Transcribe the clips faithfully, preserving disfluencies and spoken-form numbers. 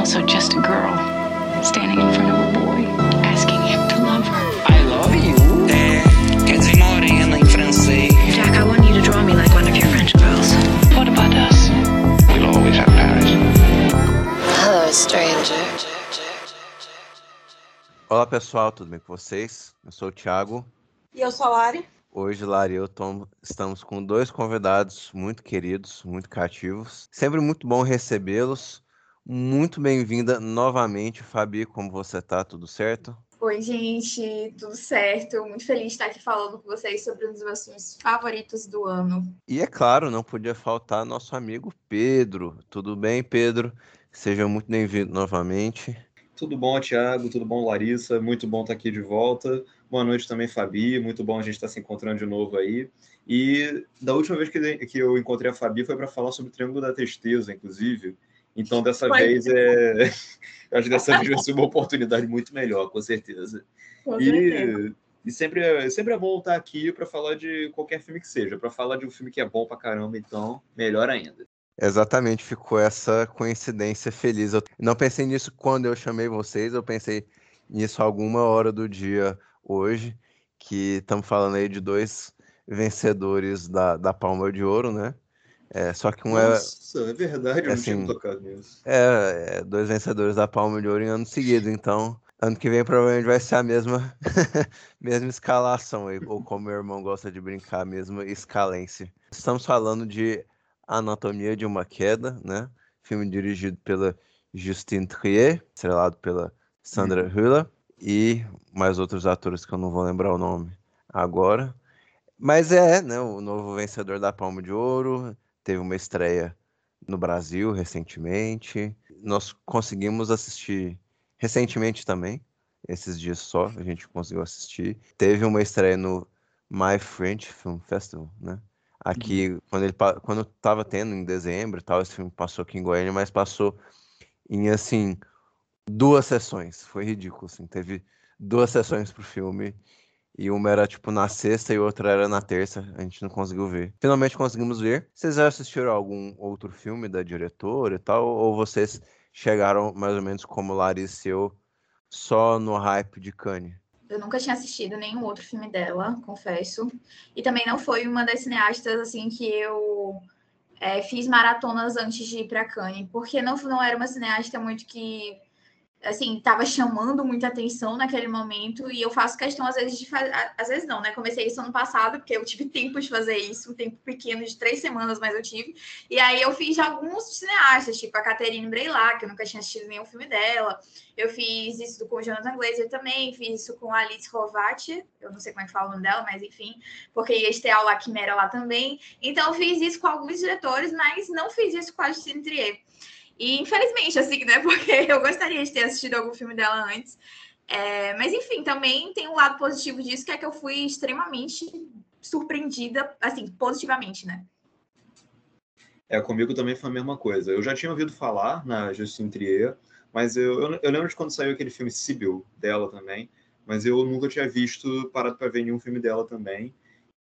also just a girl standing in front of a boy, asking him to love her. I love you. É, quer dizer morena em francês. Jack, I want you to draw me like one of your French girls. What about us? We'll always have Paris. Hello, stranger. Olá pessoal, tudo bem com vocês? Eu sou o Thiago. E eu sou a Lari. Hoje, Lari e eu tom- estamos com dois convidados muito queridos, muito cativos. Sempre muito bom recebê-los. Muito bem-vinda novamente, Fabi. Como você tá? Tudo certo? Oi, gente, tudo certo? Muito feliz de estar aqui falando com vocês sobre um dos meus filmes favoritos do ano. E é claro, não podia faltar nosso amigo Pedro. Tudo bem, Pedro? Seja muito bem-vindo novamente. Tudo bom, Thiago? Tudo bom, Larissa? Muito bom estar aqui de volta. Boa noite também, Fabi. Muito bom a gente estar se encontrando de novo aí. E da última vez que, que eu encontrei a Fabi foi para falar sobre o Triângulo da Tristeza, inclusive. Então, dessa Foi. vez, é... eu acho que dessa vez vai ser uma oportunidade muito melhor, com certeza. Com certeza. E, e sempre, é, sempre é bom estar aqui para falar de qualquer filme que seja. Para falar de um filme que é bom pra caramba, então, melhor ainda. Exatamente, ficou essa coincidência feliz. Eu não pensei nisso quando eu chamei vocês, eu pensei nisso alguma hora do dia hoje, que estamos falando aí de dois vencedores da, da Palma de Ouro, né? É, só que um Nossa, é verdade, eu não assim, tinha me tocado nisso. é, é dois vencedores da Palma de Ouro em ano seguido, então ano que vem provavelmente vai ser a mesma, mesma escalação aí, ou como meu irmão gosta de brincar, a mesma escalência. Estamos falando de Anatomia de uma Queda, né? Filme dirigido pela Justine Triet, estrelado pela Sandra Uhum. Hüller e mais outros atores que eu não vou lembrar o nome agora. Mas é, né, o novo vencedor da Palma de Ouro, teve uma estreia no Brasil recentemente. Nós conseguimos assistir recentemente também, esses dias só, a gente conseguiu assistir. Teve uma estreia no My French Film Festival, né? Aqui, quando ele pa- quando tava tendo em dezembro e tal, esse filme passou aqui em Goiânia, mas passou em, assim, duas sessões. Foi ridículo, assim. Teve duas sessões pro filme e uma era, tipo, na sexta e outra era na terça. A gente não conseguiu ver. Finalmente conseguimos ver. Vocês já assistiram algum outro filme da diretora e tal? Ou vocês chegaram mais ou menos como Larissa e eu, só no hype de Cannes? Eu nunca tinha assistido nenhum outro filme dela, confesso. E também não foi uma das cineastas assim que eu é, fiz maratonas antes de ir para Cannes, porque não, não era uma cineasta muito que assim, estava chamando muita atenção naquele momento, e eu faço questão, às vezes, de fazer. Às vezes não, né? Comecei isso ano passado, porque eu tive tempo de fazer isso, um tempo pequeno de três semanas, mas eu tive. E aí eu fiz alguns cineastas, tipo a Catherine Breillat, que eu nunca tinha assistido nenhum filme dela. Eu fiz isso com o Jonathan Glazer também, fiz isso com a Alice Rovati, eu não sei como é que fala o nome dela, mas enfim, porque ia estrear o La Quimera lá também. Então eu fiz isso com alguns diretores, mas não fiz isso com a Justine Triet. E infelizmente, assim, né? Porque eu gostaria de ter assistido algum filme dela antes. É, mas enfim, também tem um lado positivo disso, que é que eu fui extremamente surpreendida, assim, positivamente, né? É, comigo também foi a mesma coisa. Eu já tinha ouvido falar na Justine Triet, mas eu, eu, eu lembro de quando saiu aquele filme Sibyl dela também, mas eu nunca tinha visto, parado para ver nenhum filme dela também.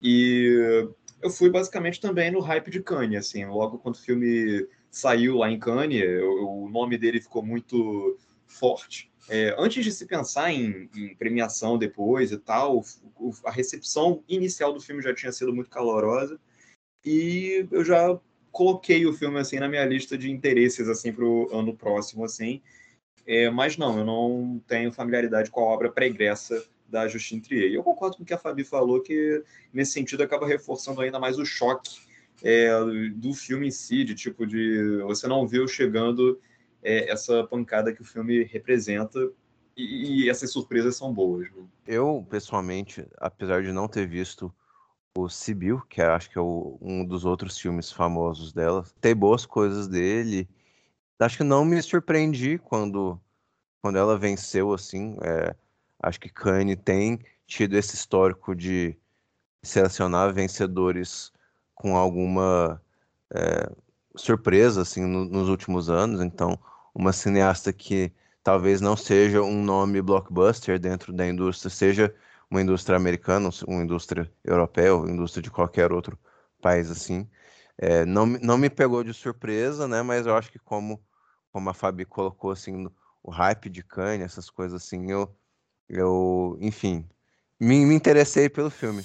E eu fui basicamente também no hype de Cannes, assim, logo quando o filme saiu lá em Cannes, eu, o nome dele ficou muito forte. É, antes de se pensar em, em premiação depois e tal, o, a recepção inicial do filme já tinha sido muito calorosa, e eu já coloquei o filme assim na minha lista de interesses assim para o ano próximo, assim. É, mas não, eu não tenho familiaridade com a obra pregressa da Justine Triet. E eu concordo com o que a Fabi falou, que nesse sentido acaba reforçando ainda mais o choque é, do filme em si, de tipo de você não viu chegando é, essa pancada que o filme representa, e, e essas surpresas são boas, né? Eu, pessoalmente, apesar de não ter visto o Sibyl, que eu acho que é o- um dos outros filmes famosos dela, tem boas coisas dele. Acho que não me surpreendi quando, quando ela venceu, assim. É, acho que Cannes tem tido esse histórico de selecionar vencedores com alguma é, surpresa, assim, no- nos últimos anos. Então, uma cineasta que talvez não seja um nome blockbuster dentro da indústria, seja uma indústria americana, uma indústria europeia, ou indústria de qualquer outro país assim. É, não, me- não me pegou de surpresa, né? Mas eu acho que como, como a Fabi colocou, assim, o hype de Cannes, essas coisas assim, eu, eu enfim, me, me interessei pelo filme.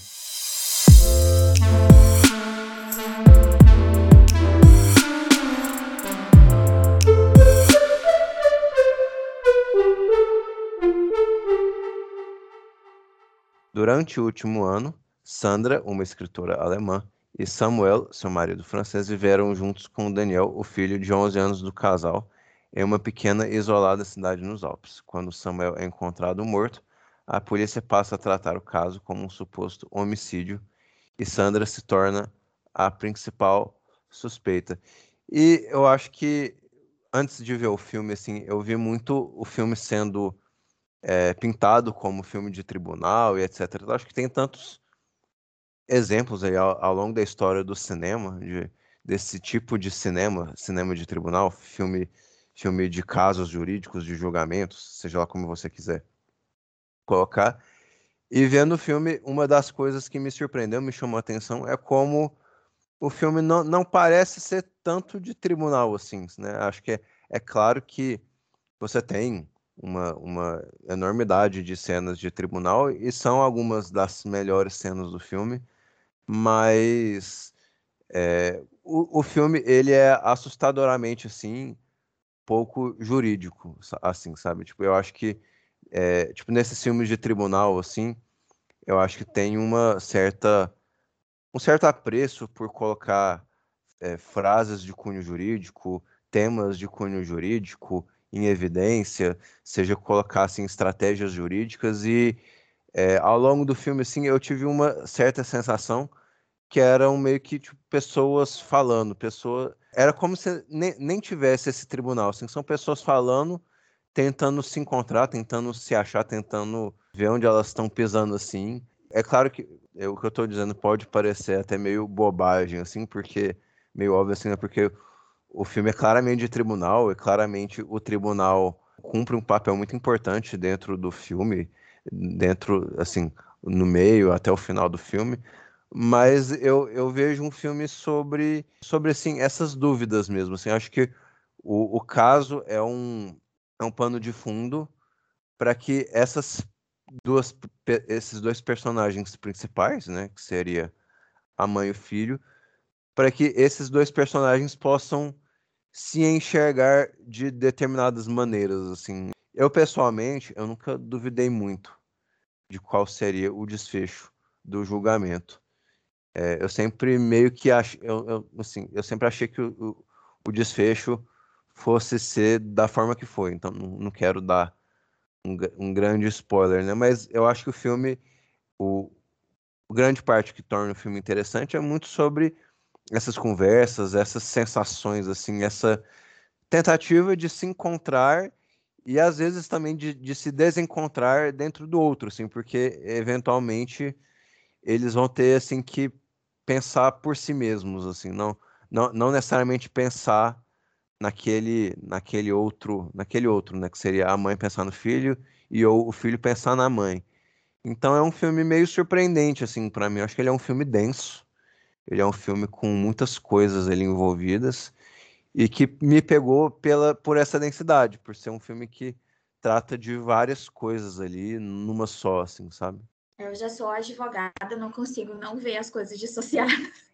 Durante o último ano, Sandra, uma escritora alemã, e Samuel, seu marido francês, viveram juntos com Daniel, o filho de onze anos do casal, em uma pequena e isolada cidade nos Alpes. Quando Samuel é encontrado morto, a polícia passa a tratar o caso como um suposto homicídio e Sandra se torna a principal suspeita. E eu acho que, antes de ver o filme, assim, eu vi muito o filme sendo é, pintado como filme de tribunal e etcétera. Eu acho que tem tantos exemplos aí ao, ao longo da história do cinema, de, desse tipo de cinema, cinema de tribunal, filme, filme de casos jurídicos, de julgamentos, seja lá como você quiser colocar. E vendo o filme, uma das coisas que me surpreendeu, me chamou a atenção, é como o filme não, não parece ser tanto de tribunal, assim, né? Acho que é, é claro que você tem uma, uma enormidade de cenas de tribunal e são algumas das melhores cenas do filme, mas é, o, o filme, ele é assustadoramente, assim, pouco jurídico, assim, sabe? Tipo, eu acho que, é, tipo, nesses filmes de tribunal, assim, eu acho que tem uma certa, um certo apreço por colocar é, frases de cunho jurídico, temas de cunho jurídico em evidência, seja colocar assim, estratégias jurídicas e é, ao longo do filme assim, eu tive uma certa sensação que eram meio que tipo, pessoas falando, pessoa... era como se nem, nem tivesse esse tribunal, assim, são pessoas falando, tentando se encontrar, tentando se achar, tentando ver onde elas estão pisando assim. É claro que é, o que eu estou dizendo pode parecer até meio bobagem, assim, porque meio óbvio assim, né? Porque o filme é claramente de tribunal, e claramente o tribunal cumpre um papel muito importante dentro do filme, dentro, assim, no meio até o final do filme. Mas eu, eu vejo um filme sobre, sobre assim, essas dúvidas mesmo. Assim, acho que o, o caso é um, é um pano de fundo para que essas duas, esses dois personagens principais, né, que seria a mãe e o filho, para que esses dois personagens possam se enxergar de determinadas maneiras, assim. Eu, pessoalmente, eu nunca duvidei muito de qual seria o desfecho do julgamento. É, eu sempre meio que ach... eu, eu, assim, eu sempre achei que o, o, o desfecho fosse ser da forma que foi, então não, não quero dar um, um grande spoiler, né? Mas eu acho que o filme, o, o grande parte que torna o filme interessante é muito sobre essas conversas, essas sensações, assim, essa tentativa de se encontrar e às vezes também de, de se desencontrar dentro do outro, assim, porque eventualmente eles vão ter assim que pensar por si mesmos, assim, não, não, não necessariamente pensar naquele, naquele outro, naquele outro, né, que seria a mãe pensar no filho e ou o filho pensar na mãe. Então é um filme meio surpreendente, assim, para mim. Eu acho que ele é um filme denso. Ele é um filme com muitas coisas ali envolvidas e que me pegou pela, por essa densidade, por ser um filme que trata de várias coisas ali numa só, assim, sabe? Eu já sou advogada, não consigo não ver as coisas dissociadas.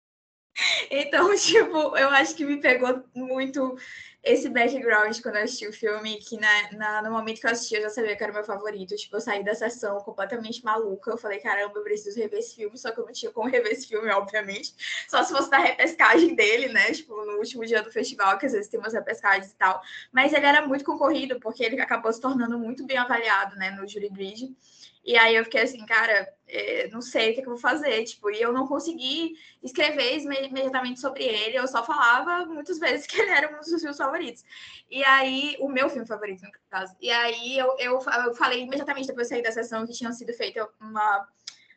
Então, tipo, eu acho que me pegou muito esse background quando eu assisti o filme, que na, na, no momento que eu assisti eu já sabia que era o meu favorito. Tipo, eu saí da sessão completamente maluca. Eu falei, caramba, eu preciso rever esse filme, só que eu não tinha como rever esse filme, obviamente. Só se fosse da repescagem dele, né? Tipo, no último dia do festival, que às vezes tem umas repescagens e tal. Mas ele era muito concorrido, porque ele acabou se tornando muito bem avaliado, né, no Jury Grid. E aí eu fiquei assim, cara, é, não sei o que, é que eu vou fazer, tipo, e eu não consegui escrever imediatamente sobre ele, eu só falava muitas vezes que ele era um dos meus favoritos. E aí, o meu filme favorito, no caso. E aí eu, eu, eu falei imediatamente depois de sair da sessão que tinha sido feita uma,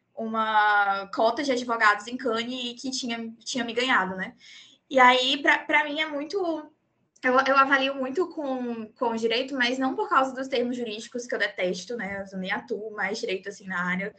uma cota de advogados em Cannes e que tinha, tinha me ganhado, né? E aí, para mim, é muito... Eu, eu avalio muito com, com o direito, mas não por causa dos termos jurídicos que eu detesto, né? Eu nem atuo mais direito assim na área.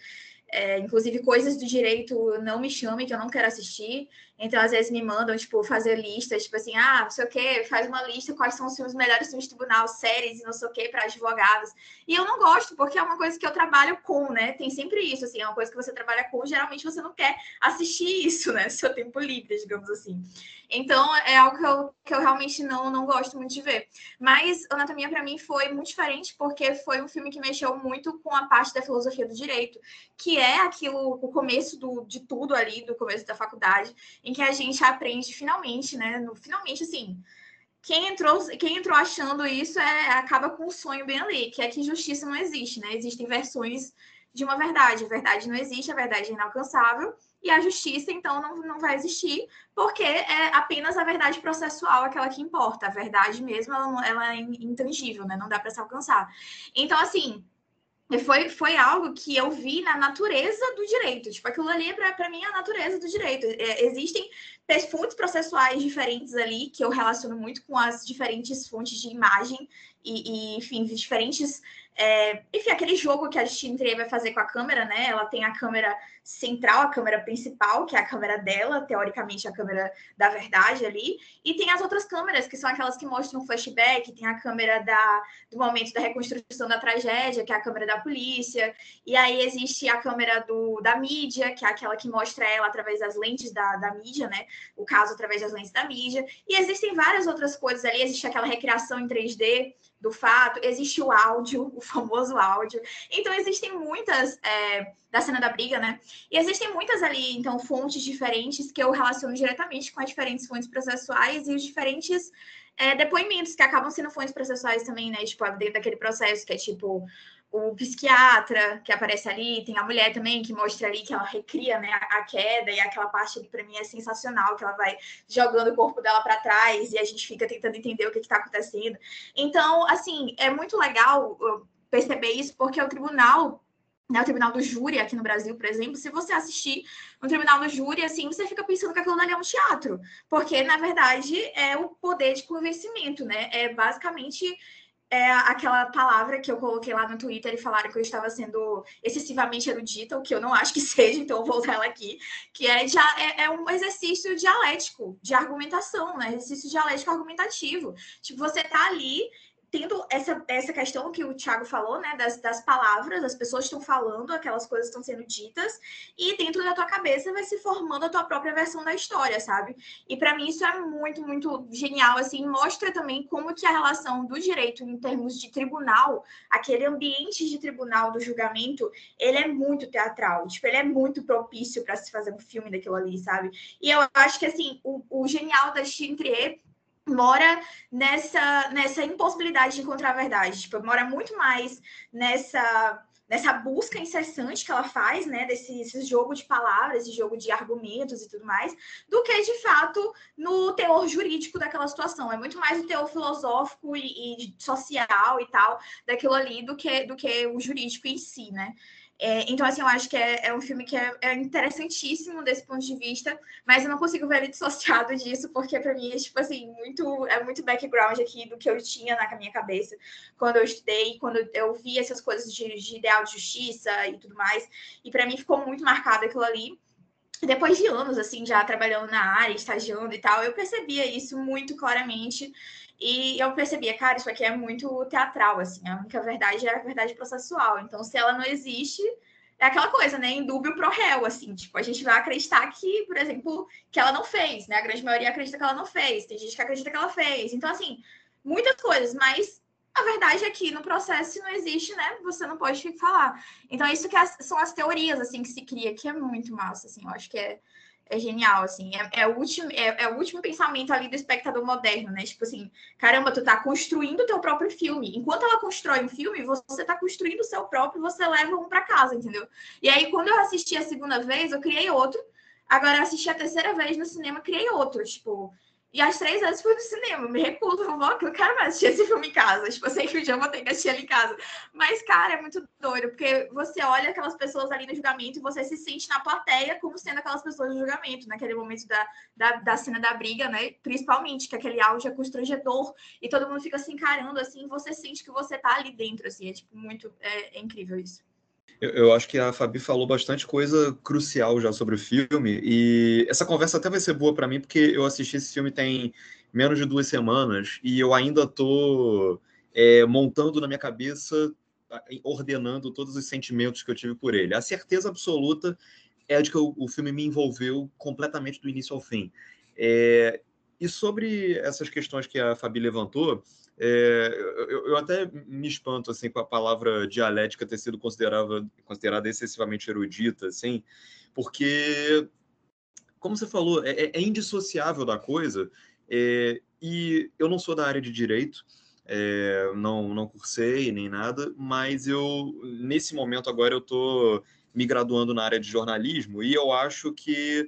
É, inclusive, coisas do direito não me chamem, que eu não quero assistir. Então, às vezes, me mandam, tipo, fazer listas, tipo assim, ah, não sei o quê, faz uma lista quais são os filmes melhores filmes de tribunal, séries e não sei o quê, para advogados. E eu não gosto, porque é uma coisa que eu trabalho com, né? Tem sempre isso, assim, é uma coisa que você trabalha com, geralmente você não quer assistir isso, né? Seu tempo livre, digamos assim. Então, é algo que eu, que eu realmente não, não gosto muito de ver. Mas Anatomia, para mim, foi muito diferente, porque foi um filme que mexeu muito com a parte da filosofia do direito, que é aquilo, o começo do, de tudo ali, do começo da faculdade, em que a gente aprende finalmente, né? No, finalmente, assim, quem entrou, quem entrou achando isso é, acaba com um sonho bem ali, que é que justiça não existe, né? Existem versões de uma verdade. A verdade não existe, a verdade é inalcançável, e a justiça, então, não, não vai existir, porque é apenas a verdade processual aquela que importa. A verdade mesmo, ela, ela é intangível, né? Não dá para se alcançar. Então, assim, Foi, foi algo que eu vi na natureza do direito. Tipo, aquilo ali, para mim, é a natureza do direito. É, existem fontes processuais diferentes ali, que eu relaciono muito com as diferentes fontes de imagem e, e enfim, diferentes... É, enfim, aquele jogo que a Justine Trier vai fazer com a câmera, né? Ela tem a câmera central, a câmera principal, que é a câmera dela, teoricamente a câmera da verdade ali, e tem as outras câmeras, que são aquelas que mostram flashback, tem a câmera da, do momento da reconstrução da tragédia, que é a câmera da polícia, e aí existe a câmera do, da mídia, que é aquela que mostra ela através das lentes da, da mídia, né? O caso através das lentes da mídia, e existem várias outras coisas ali, existe aquela recriação em três D do fato, existe o áudio, o famoso áudio. Então, existem muitas, é, da cena da briga, né? E existem muitas ali, então, fontes diferentes que eu relaciono diretamente com as diferentes fontes processuais e os diferentes é, depoimentos que acabam sendo fontes processuais também, né? Tipo, dentro daquele processo que é tipo o psiquiatra que aparece ali, tem a mulher também que mostra ali que ela recria, né, a queda, e aquela parte ali para mim é sensacional, que ela vai jogando o corpo dela para trás e a gente fica tentando entender o que está acontecendo. Então, assim, é muito legal perceber isso, porque o tribunal, né, o tribunal do júri aqui no Brasil, por exemplo, se você assistir um tribunal do júri, assim, você fica pensando que aquilo ali é um teatro, porque, na verdade, é o poder de convencimento, né, é basicamente... É aquela palavra que eu coloquei lá no Twitter e falaram que eu estava sendo excessivamente erudita, o que eu não acho que seja, então eu vou usar ela aqui, que é, de, é, é um exercício dialético, de argumentação, né? Exercício dialético argumentativo. Tipo, você tá ali tendo essa, essa questão que o Thiago falou, né, das, das palavras, as pessoas estão falando, aquelas coisas estão sendo ditas, e dentro da tua cabeça vai se formando a tua própria versão da história, sabe? E para mim isso é muito, muito genial, assim, mostra também como que a relação do direito em termos de tribunal, aquele ambiente de tribunal do julgamento, ele é muito teatral, tipo, ele é muito propício para se fazer um filme daquilo ali, sabe? E eu acho que, assim, o, o genial da Justine Trier mora nessa, nessa impossibilidade de encontrar a verdade. Tipo, mora muito mais nessa, nessa busca incessante que ela faz, né? Desse, desse jogo de palavras, esse jogo de argumentos e tudo mais, do que, de fato, no teor jurídico daquela situação. É muito mais o teor filosófico e, e social e tal, daquilo ali, do que, do que o jurídico em si, né? É, então, assim, eu acho que é, é um filme que é, é interessantíssimo desse ponto de vista, mas eu não consigo ver ele dissociado disso, porque para mim é, tipo assim, muito, é muito background aqui do que eu tinha na minha cabeça quando eu estudei, quando eu vi essas coisas de, de ideal de justiça e tudo mais, e para mim ficou muito marcado aquilo ali. Depois de anos, assim, já trabalhando na área, estagiando e tal, eu percebia isso muito claramente. E eu percebia, cara, isso aqui é muito teatral, assim. A única verdade é a verdade processual. Então, se ela não existe, é aquela coisa, né? Indúbio pro réu, assim. Tipo, a gente vai acreditar que, por exemplo, que ela não fez, né? A grande maioria acredita que ela não fez. Tem gente que acredita que ela fez. Então, assim, muitas coisas. Mas a verdade é que no processo, se não existe, né? Você não pode falar. Então, isso que as, são as teorias, assim, que se cria, que é muito massa, assim. Eu acho que é... É genial, assim, é, é, o último, é, é o último pensamento ali do espectador moderno, né? Tipo assim, caramba, tu tá construindo o teu próprio filme. Enquanto ela constrói um filme, você tá construindo o seu próprio e você leva um pra casa, entendeu? E aí, quando eu assisti a segunda vez, eu criei outro. Agora, eu assisti a terceira vez no cinema, criei outro, tipo... E as três vezes fui no cinema, me recuso, eu não quero mais assistir esse filme em casa. Tipo, eu sei que um dia eu vou ter que assistir ele em casa. Mas, cara, é muito doido, porque você olha aquelas pessoas ali no julgamento e você se sente na plateia como sendo aquelas pessoas no julgamento, naquele momento da, da, da cena da briga, né? Principalmente, que aquele áudio é constrangedor e todo mundo fica se encarando, assim, e você sente que você tá ali dentro, assim. É, tipo, muito... É, é incrível isso. Eu, eu acho que a Fabi falou bastante coisa crucial já sobre o filme, e essa conversa até vai ser boa para mim, porque eu assisti esse filme tem menos de duas semanas, e eu ainda tô é, montando na minha cabeça, ordenando todos os sentimentos que eu tive por ele. A certeza absoluta é de que o, o filme me envolveu completamente do início ao fim. É, e sobre essas questões que a Fabi levantou, é, eu, eu até me espanto assim, com a palavra dialética ter sido considerada, considerada excessivamente erudita, assim, porque, como você falou, é, é indissociável da coisa, é, e eu não sou da área de direito, é, não, não cursei nem nada, mas eu, nesse momento agora, eu estou me graduando na área de jornalismo, e eu acho que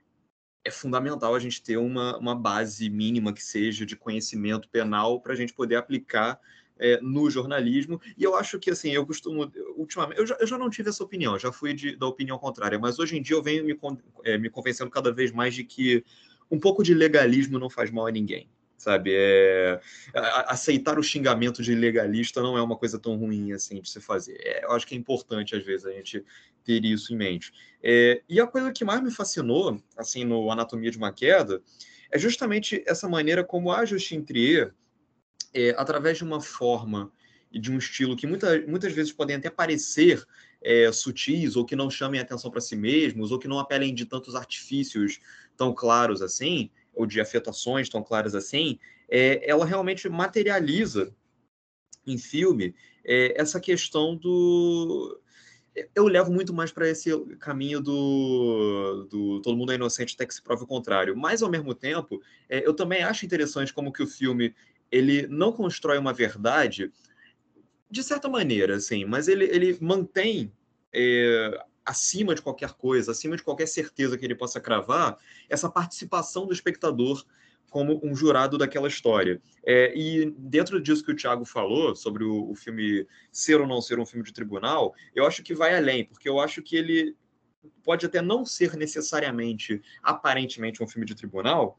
é fundamental a gente ter uma, uma base mínima que seja de conhecimento penal para a gente poder aplicar é, no jornalismo. E eu acho que, assim, eu costumo, ultimamente, eu já, eu já não tive essa opinião, já fui de, da opinião contrária, mas hoje em dia eu venho me, é, me convencendo cada vez mais de que um pouco de legalismo não faz mal a ninguém. Sabe, é, aceitar o xingamento de legalista não é uma coisa tão ruim assim de se fazer. É, eu acho que é importante, às vezes, a gente ter isso em mente. É, e a coisa que mais me fascinou, assim, no Anatomia de uma Queda, é justamente essa maneira como a Justine Trier, é, através de uma forma e de um estilo que muita, muitas vezes podem até parecer é, sutis, ou que não chamem atenção para si mesmos, ou que não apelem de tantos artifícios tão claros assim, ou de afetações tão claras assim, é, ela realmente materializa em filme é, essa questão do... Eu levo muito mais para esse caminho do, do todo mundo é inocente até que se prove o contrário. Mas, ao mesmo tempo, é, eu também acho interessante como que o filme ele não constrói uma verdade de certa maneira, assim, mas ele, ele mantém... É, acima de qualquer coisa, acima de qualquer certeza que ele possa cravar, essa participação do espectador como um jurado daquela história. É, e dentro disso que o Thiago falou, sobre o, o filme ser ou não ser um filme de tribunal, eu acho que vai além, porque eu acho que ele pode até não ser necessariamente, aparentemente, um filme de tribunal,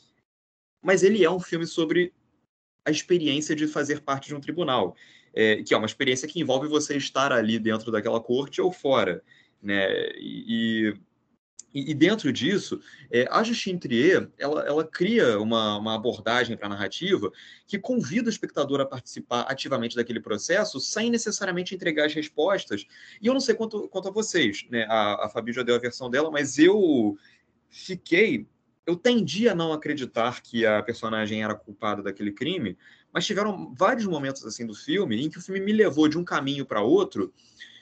mas ele é um filme sobre a experiência de fazer parte de um tribunal, é, que é uma experiência que envolve você estar ali dentro daquela corte ou fora, né? E, e, e dentro disso, é, a Justine Trier, ela, ela cria uma, uma abordagem para a narrativa que convida o espectador a participar ativamente daquele processo sem necessariamente entregar as respostas. E eu não sei quanto, quanto a vocês, né? A, a Fabi já deu a versão dela, mas eu fiquei... Eu tendi a não acreditar que a personagem era culpada daquele crime, mas tiveram vários momentos assim do filme em que o filme me levou de um caminho para outro.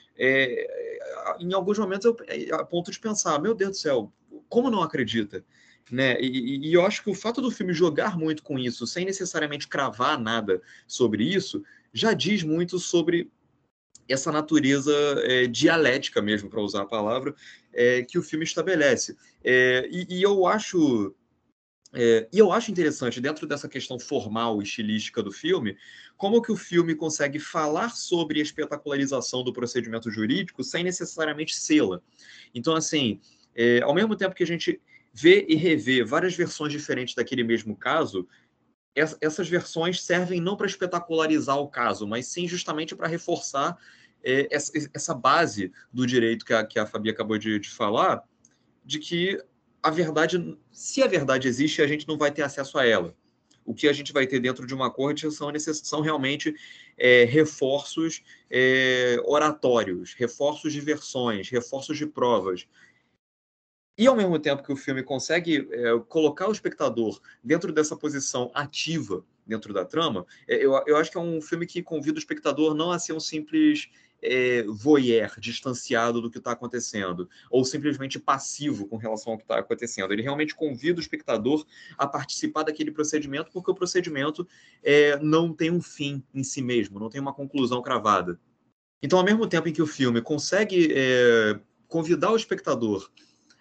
É, em alguns momentos eu a ponto de pensar, meu Deus do céu, como não acredita? Né? E, e eu acho que o fato do filme jogar muito com isso, sem necessariamente cravar nada sobre isso, já diz muito sobre essa natureza é, dialética mesmo, para usar a palavra, é, que o filme estabelece. É, e, e eu acho... É, e eu acho interessante, dentro dessa questão formal e estilística do filme, como que o filme consegue falar sobre a espetacularização do procedimento jurídico sem necessariamente sê-la. Então, assim, é, ao mesmo tempo que a gente vê e revê várias versões diferentes daquele mesmo caso, essas versões servem não para espetacularizar o caso, mas sim justamente para reforçar é, essa, essa base do direito que a, que a Fabi acabou de, de falar, de que a verdade, se a verdade existe, a gente não vai ter acesso a ela. O que a gente vai ter dentro de uma corte são, são realmente é, reforços é, oratórios, reforços de versões, reforços de provas. E, ao mesmo tempo que o filme consegue é, colocar o espectador dentro dessa posição ativa dentro da trama, é, eu, eu acho que é um filme que convida o espectador não a ser um simples... É, voyeur, distanciado do que está acontecendo, ou simplesmente passivo com relação ao que está acontecendo. Ele realmente convida o espectador a participar daquele procedimento, porque o procedimento é, não tem um fim em si mesmo, não tem uma conclusão cravada. Então, ao mesmo tempo em que o filme consegue é, convidar o espectador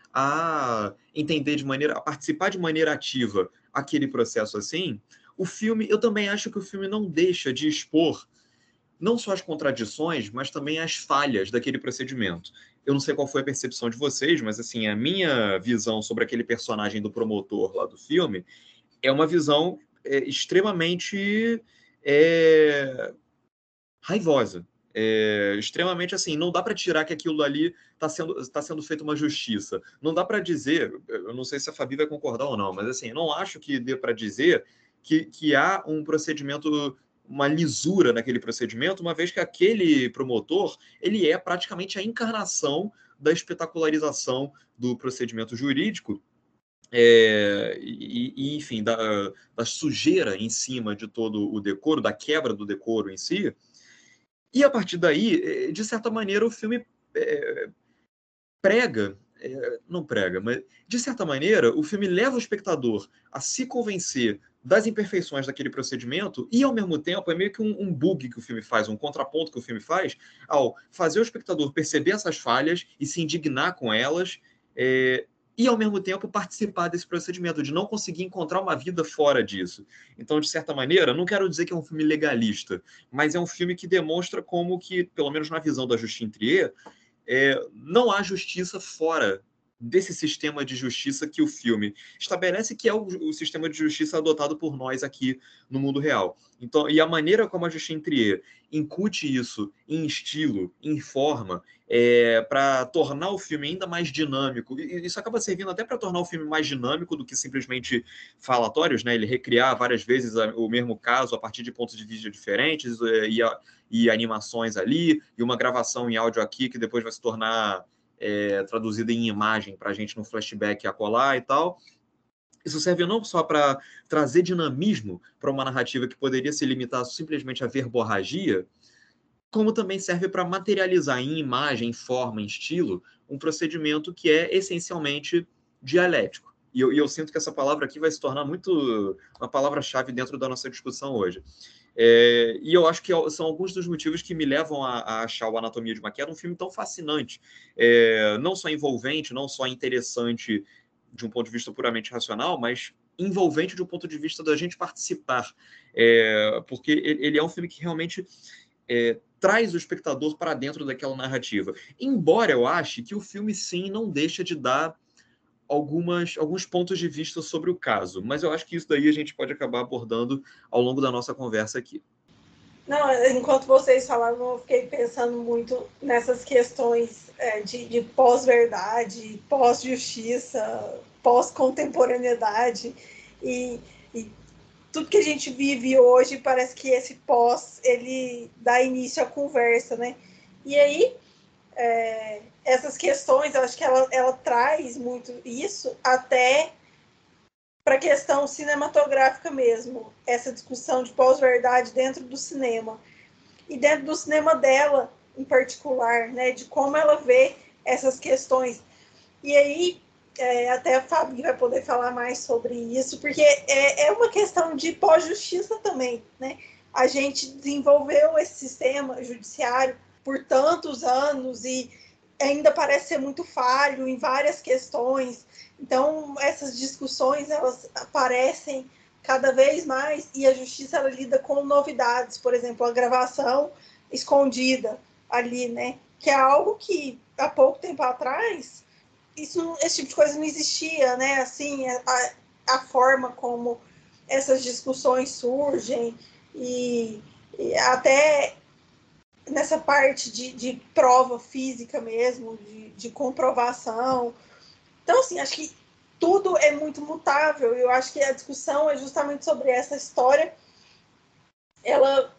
a entender de maneira, a participar de maneira ativa aquele processo assim, o filme, eu também acho que o filme não deixa de expor não só as contradições, mas também as falhas daquele procedimento. Eu não sei qual foi a percepção de vocês, mas assim, a minha visão sobre aquele personagem do promotor lá do filme é uma visão é, extremamente é, raivosa. é, extremamente assim, não dá para tirar que aquilo ali está sendo, tá sendo feita uma justiça. Não dá para dizer, eu não sei se a Fabi vai concordar ou não, mas assim, não acho que dê para dizer que, que há um procedimento, uma lisura naquele procedimento, uma vez que aquele promotor, ele é praticamente a encarnação da espetacularização do procedimento jurídico, é, e, e, enfim, da, da sujeira em cima de todo o decoro, da quebra do decoro em si. E a partir daí, de certa maneira, o filme é, prega, é, não prega, mas de certa maneira, o filme leva o espectador a se convencer das imperfeições daquele procedimento e, ao mesmo tempo, é meio que um, um bug que o filme faz, um contraponto que o filme faz, ao fazer o espectador perceber essas falhas e se indignar com elas, é, e, ao mesmo tempo, participar desse procedimento, de não conseguir encontrar uma vida fora disso. Então, de certa maneira, não quero dizer que é um filme legalista, mas é um filme que demonstra como que, pelo menos na visão da Justine Triet, é, não há justiça fora desse sistema de justiça que o filme estabelece, que é o, o sistema de justiça adotado por nós aqui no mundo real. Então, e a maneira como a Justine Triet incute isso em estilo, em forma, é, para tornar o filme ainda mais dinâmico. E isso acaba servindo até para tornar o filme mais dinâmico do que simplesmente falatórios, né? Ele recriar várias vezes o mesmo caso a partir de pontos de vista diferentes e, a, e animações ali, e uma gravação em áudio aqui que depois vai se tornar É, traduzida em imagem para a gente no flashback acolá e tal. Isso serve não só para trazer dinamismo para uma narrativa que poderia se limitar simplesmente a verborragia, como também serve para materializar em imagem, forma, em estilo, um procedimento que é essencialmente dialético. E eu, e eu sinto que essa palavra aqui vai se tornar muito uma palavra-chave dentro da nossa discussão hoje. É, e eu acho que são alguns dos motivos que me levam a, a achar o Anatomia de uma Queda um filme tão fascinante, é, não só envolvente, não só interessante de um ponto de vista puramente racional, mas envolvente de um ponto de vista da gente participar, é, porque ele é um filme que realmente é, traz o espectador para dentro daquela narrativa. Embora eu ache que o filme, sim, não deixa de dar Algumas, alguns pontos de vista sobre o caso, mas eu acho que isso daí a gente pode acabar abordando ao longo da nossa conversa aqui. Não, enquanto vocês falavam, eu fiquei pensando muito nessas questões é, de, de pós-verdade, pós-justiça, pós-contemporaneidade, e, e tudo que a gente vive hoje, parece que esse pós, ele dá início à conversa, né? E aí, é, essas questões, eu acho que ela, ela traz muito isso até para a questão cinematográfica mesmo, essa discussão de pós-verdade dentro do cinema. E dentro do cinema dela, em particular, né, de como ela vê essas questões. E aí, é, até a Fabi vai poder falar mais sobre isso, porque é, é uma questão de pós-justiça também, né? A gente desenvolveu esse sistema judiciário por tantos anos e ainda parece ser muito falho em várias questões. Então, essas discussões, elas aparecem cada vez mais e a justiça, ela lida com novidades. Por exemplo, a gravação escondida ali, né? Que é algo que, há pouco tempo atrás, isso, esse tipo de coisa não existia, né? Assim, a, a forma como essas discussões surgem e, e até nessa parte de, de prova física mesmo, de, de comprovação. Então, assim, acho que tudo é muito mutável. Eu acho que a discussão é justamente sobre essa história. Ela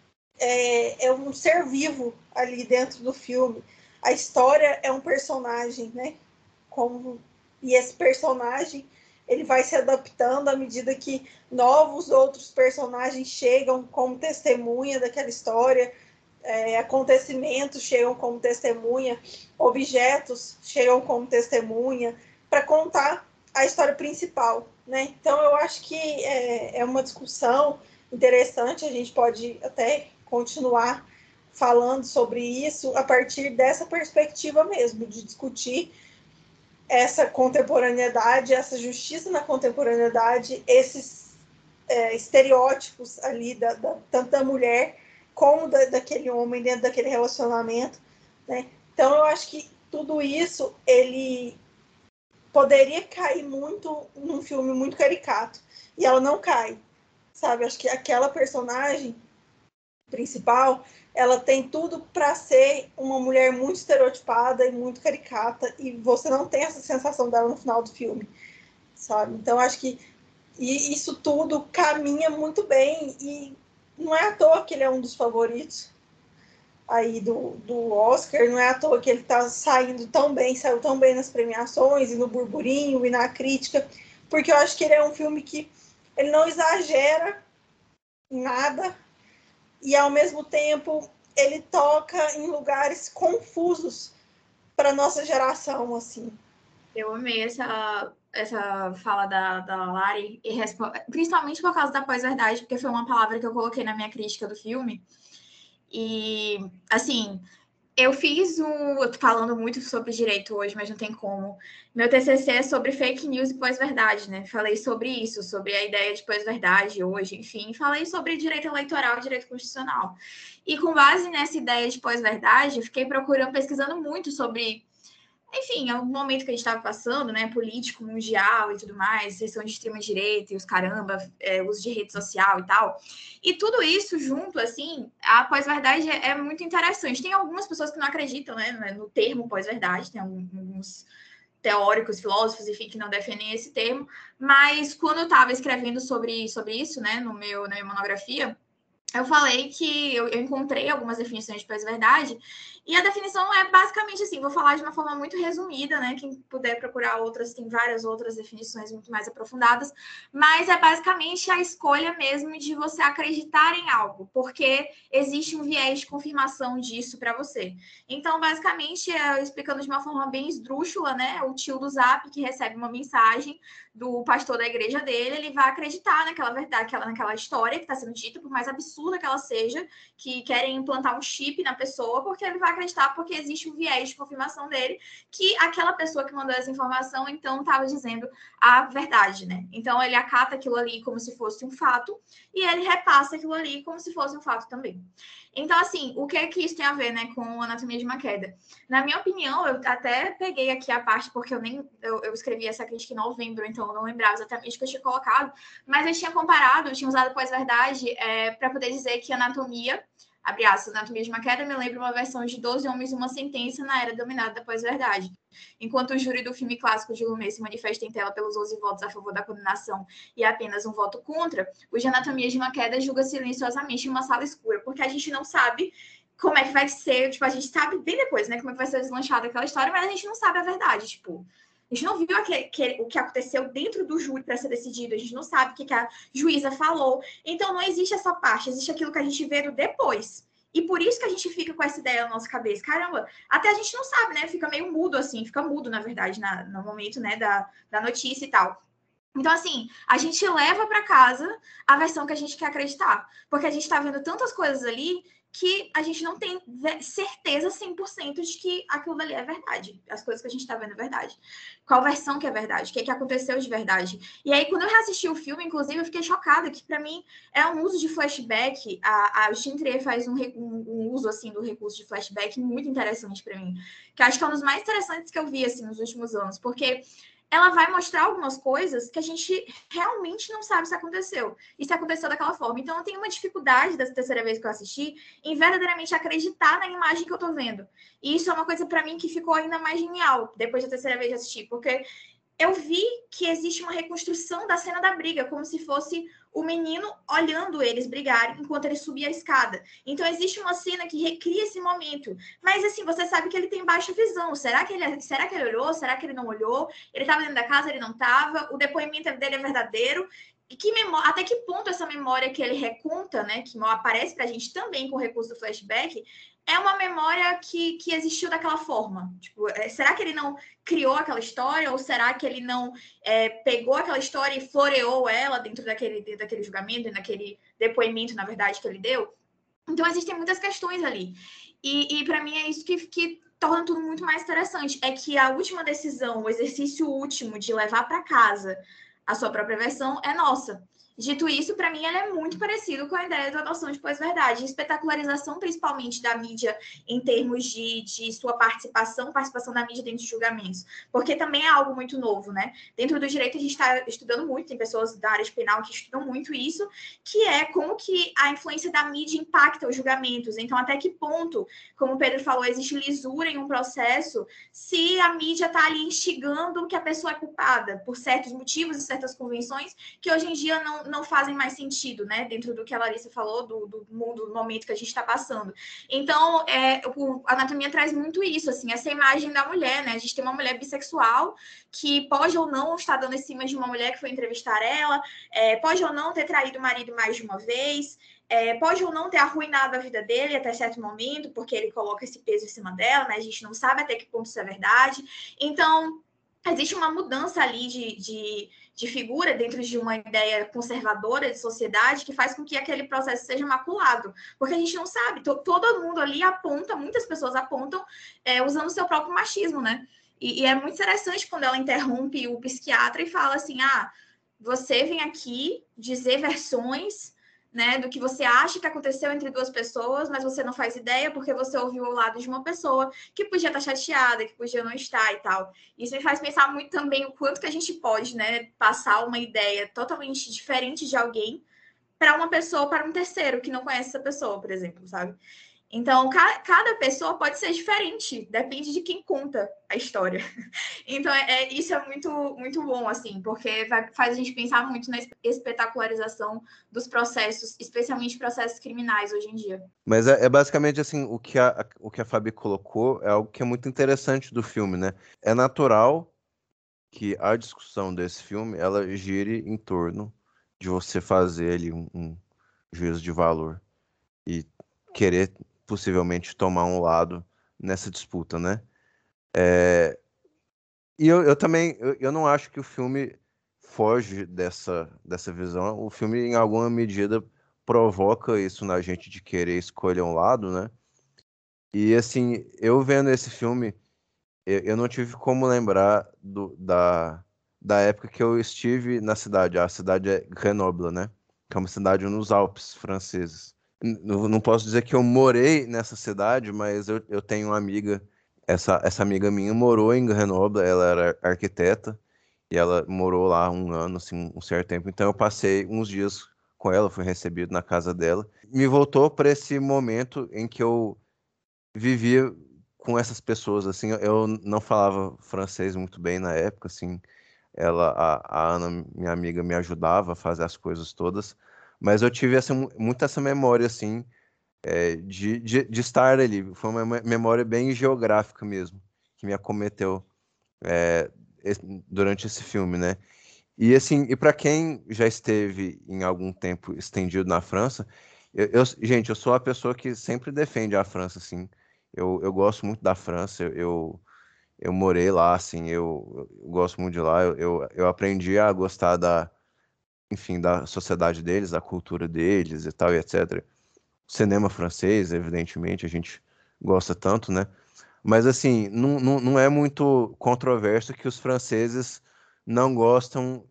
é, é um ser vivo ali dentro do filme. A história é um personagem, né? Como, e esse personagem, ele vai se adaptando à medida que novos outros personagens chegam como testemunha daquela história. É, acontecimentos chegam como testemunha, objetos chegam como testemunha, para contar a história principal, né? Então, eu acho que é, é uma discussão interessante, a gente pode até continuar falando sobre isso a partir dessa perspectiva mesmo, de discutir essa contemporaneidade, essa justiça na contemporaneidade, esses é, estereótipos ali, da, da, tanto da mulher como da, daquele homem dentro daquele relacionamento, né? Então, eu acho que tudo isso, ele poderia cair muito num filme muito caricato, e ela não cai, sabe? Acho que aquela personagem, principal, ela tem tudo para ser uma mulher muito estereotipada e muito caricata, e você não tem essa sensação dela no final do filme, sabe? Então, acho que isso tudo caminha muito bem, e não é à toa que ele é um dos favoritos aí do, do Oscar, não é à toa que ele está saindo tão bem, saiu tão bem nas premiações, e no burburinho, e na crítica, porque eu acho que ele é um filme que ele não exagera em nada, e ao mesmo tempo ele toca em lugares confusos para nossa geração, assim. Eu amei essa, essa fala da, da Lari, e principalmente por causa da pós-verdade, porque foi uma palavra que eu coloquei na minha crítica do filme. E, assim, eu fiz um... Eu tô falando muito sobre direito hoje, mas não tem como. Meu T C C é sobre fake news e pós-verdade, né? Falei sobre isso, sobre a ideia de pós-verdade hoje, enfim. Falei sobre direito eleitoral e direito constitucional. E com base nessa ideia de pós-verdade, eu fiquei procurando, pesquisando muito sobre... Enfim, é um momento que a gente estava passando, né, político, mundial e tudo mais, sessão de extrema-direita e os caramba, é, uso de rede social e tal. E tudo isso junto, assim, a pós-verdade é, é muito interessante. Tem algumas pessoas que não acreditam, né, no termo pós-verdade, tem alguns teóricos, filósofos, enfim, que não defendem esse termo, mas quando eu estava escrevendo sobre, sobre isso, né, no meu, na minha monografia, eu falei que eu, eu encontrei algumas definições de pós-verdade, e a definição é basicamente assim, vou falar de uma forma muito resumida, né? Quem puder procurar outras, tem várias outras definições muito mais aprofundadas, mas é basicamente a escolha mesmo de você acreditar em algo, porque existe um viés de confirmação disso para você. Então, basicamente, é, explicando de uma forma bem esdrúxula, né? O tio do Zap que recebe uma mensagem do pastor da igreja dele, ele vai acreditar naquela verdade, naquela, naquela história que está sendo dita, por mais absurda que ela seja, que querem implantar um chip na pessoa, porque ele vai acreditar porque existe um viés de confirmação dele, que aquela pessoa que mandou essa informação, então, estava dizendo a verdade, né? Então, ele acata aquilo ali como se fosse um fato, e ele repassa aquilo ali como se fosse um fato também. Então, assim, o que é que isso tem a ver, né, com Anatomia de uma Queda? Na minha opinião, eu até peguei aqui a parte, porque eu nem eu, eu escrevi essa crítica em novembro, então eu não lembrava exatamente o que eu tinha colocado, mas eu tinha comparado, eu tinha usado pós-verdade é, para poder dizer que anatomia, abre aspas, Anatomia de uma Queda, me lembra uma versão de doze Homens e uma Sentença na era dominada da pós-verdade. Enquanto o júri do filme clássico de Lumet se manifesta em tela pelos onze votos a favor da condenação e apenas um voto contra, o de Anatomia de uma Queda julga silenciosamente em uma sala escura, porque a gente não sabe como é que vai ser, tipo, a gente sabe bem depois, né, como é que vai ser deslanchada aquela história, mas a gente não sabe a verdade, tipo... A gente não viu aquele, que, o que aconteceu dentro do júri para ser decidido, a gente não sabe o que, que a juíza falou. Então, não existe essa parte, existe aquilo que a gente vê do depois. E por isso que a gente fica com essa ideia na nossa cabeça. Caramba, até a gente não sabe, né? Fica meio mudo, assim, fica mudo, na verdade, na, no momento, né, da, da notícia e tal. Então, assim, a gente leva para casa a versão que a gente quer acreditar. Porque a gente está vendo tantas coisas ali que a gente não tem certeza cem por cento de que aquilo ali é verdade. As coisas que a gente está vendo é verdade. Qual versão que é verdade? O que, é que aconteceu de verdade? E aí, quando eu reassisti o filme, inclusive, eu fiquei chocada, que para mim é um uso de flashback. A, a Justine Triet faz um, um, um uso, assim, do recurso de flashback muito interessante para mim. Que eu acho que é um dos mais interessantes que eu vi, assim, nos últimos anos. Porque... ela vai mostrar algumas coisas que a gente realmente não sabe se aconteceu. E se aconteceu daquela forma. Então, eu tenho uma dificuldade dessa terceira vez que eu assisti em verdadeiramente acreditar na imagem que eu tô vendo. E isso é uma coisa, para mim, que ficou ainda mais genial depois da terceira vez de assistir. Porque eu vi que existe uma reconstrução da cena da briga, como se fosse o menino olhando eles brigarem enquanto ele subia a escada. Então, existe uma cena que recria esse momento. Mas, assim, você sabe que ele tem baixa visão. Será que ele, será que ele olhou? Será que ele não olhou? Ele estava dentro da casa, ele não estava? O depoimento dele é verdadeiro? E que memória, até que ponto essa memória que ele reconta, né, que aparece para a gente também com o recurso do flashback, é uma memória que, que existiu daquela forma? Tipo, é, será que ele não criou aquela história? Ou será que ele não é, pegou aquela história e floreou ela dentro daquele, dentro daquele julgamento, naquele depoimento, na verdade, que ele deu? Então, existem muitas questões ali. E, e para mim, é isso que, que torna tudo muito mais interessante. É que a última decisão, o exercício último de levar para casa a sua própria versão é nossa. Dito isso, para mim, ele é muito parecido com a ideia da noção de pós-verdade. Espetacularização, principalmente, da mídia em termos de, de sua participação, participação da mídia dentro de julgamentos. Porque também é algo muito novo, né? Dentro do direito, a gente está estudando muito, tem pessoas da área de penal que estudam muito isso, que é como que a influência da mídia impacta os julgamentos. Então, até que ponto, como o Pedro falou, existe lisura em um processo se a mídia está ali instigando que a pessoa é culpada por certos motivos e certas convenções que hoje em dia não não fazem mais sentido, né? Dentro do que a Larissa falou, do, do mundo, do momento que a gente está passando. Então, é, o, a anatomia traz muito isso, assim, essa imagem da mulher, né? A gente tem uma mulher bissexual que pode ou não estar dando em cima de uma mulher que foi entrevistar ela, é, pode ou não ter traído o marido mais de uma vez, é, pode ou não ter arruinado a vida dele até certo momento, porque ele coloca esse peso em cima dela, né? A gente não sabe até que ponto isso é verdade. Então, existe uma mudança ali de, de, de figura dentro de uma ideia conservadora de sociedade que faz com que aquele processo seja maculado. Porque a gente não sabe, to, todo mundo ali aponta, muitas pessoas apontam é, usando o seu próprio machismo, né? E, e é muito interessante quando ela interrompe o psiquiatra e fala assim, ah, você vem aqui dizer versões, né, do que você acha que aconteceu entre duas pessoas, mas você não faz ideia porque você ouviu ao lado de uma pessoa que podia estar chateada, que podia não estar e tal. Isso me faz pensar muito também o quanto que a gente pode, né, passar uma ideia totalmente diferente de alguém para uma pessoa, para um terceiro que não conhece essa pessoa, por exemplo, sabe? Então, ca cada pessoa pode ser diferente, depende de quem conta a história. Então, é, é, isso é muito, muito bom, assim, porque vai, faz a gente pensar muito na espetacularização dos processos, especialmente processos criminais hoje em dia. Mas é, é basicamente assim, o que, a, o que a Fabi colocou é algo que é muito interessante do filme, né? É natural que a discussão desse filme, ela gire em torno de você fazer ali um, um juízo de valor e querer possivelmente tomar um lado nessa disputa, né? É, e eu, eu também, eu, eu não acho que o filme foge dessa, dessa visão. O filme, em alguma medida, provoca isso na gente de querer escolher um lado, né? E, assim, eu vendo esse filme, eu, eu não tive como lembrar do, da, da época que eu estive na cidade. A cidade é Grenoble, né? Que é uma cidade nos Alpes franceses. Não, não posso dizer que eu morei nessa cidade, mas eu, eu tenho uma amiga, essa, essa amiga minha morou em Grenoble, ela era arquiteta, e ela morou lá um ano, assim, um certo tempo. Então eu passei uns dias com ela, fui recebido na casa dela. Me voltou para esse momento em que eu vivia com essas pessoas, assim, eu não falava francês muito bem na época, assim, ela, a, a Ana, minha amiga, me ajudava a fazer as coisas todas, mas eu tive essa, muito essa memória, assim, é, de, de, de estar ali. Foi uma memória bem geográfica mesmo, que me acometeu é, esse, durante esse filme, né? E assim, e para quem já esteve em algum tempo estendido na França, eu, eu- gente, eu sou a pessoa que sempre defende a França, assim. Eu, eu gosto muito da França, eu, eu, eu morei lá, assim, eu, eu gosto muito de lá, eu, eu, eu aprendi a gostar da, enfim, da sociedade deles, da cultura deles e tal, e etcétera. Cinema francês, evidentemente, a gente gosta tanto, né? Mas assim, não, não, não é muito controverso que os franceses não gostam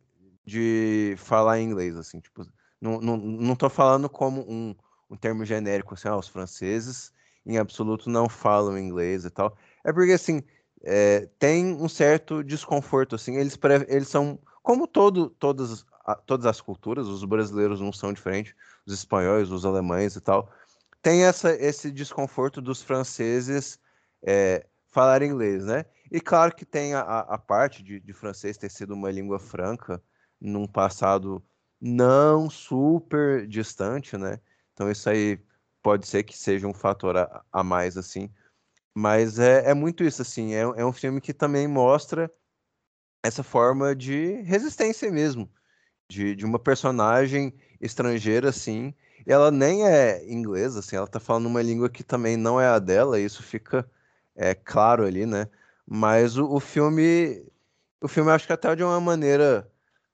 de falar inglês, assim, tipo, não, não, não tô falando como um, um termo genérico, assim, ah, os franceses em absoluto não falam inglês e tal. É porque, assim, é, tem um certo desconforto, assim, eles, pre- eles são, como todo, todas, a- todas as culturas, os brasileiros não são diferentes, os espanhóis, os alemães e tal, tem essa, esse desconforto dos franceses é, falar inglês, né? E claro que tem a, a a parte de, de francês ter sido uma língua franca num passado não super distante, né? Então isso aí pode ser que seja um fator a, a mais, assim. Mas é, é muito isso, assim. É, é um filme que também mostra essa forma de resistência mesmo, de, de uma personagem estrangeira, assim. E ela nem é inglesa, assim, ela tá falando uma língua que também não é a dela, e isso fica é, claro ali, né? Mas o, o filme, o filme eu acho que até de uma maneira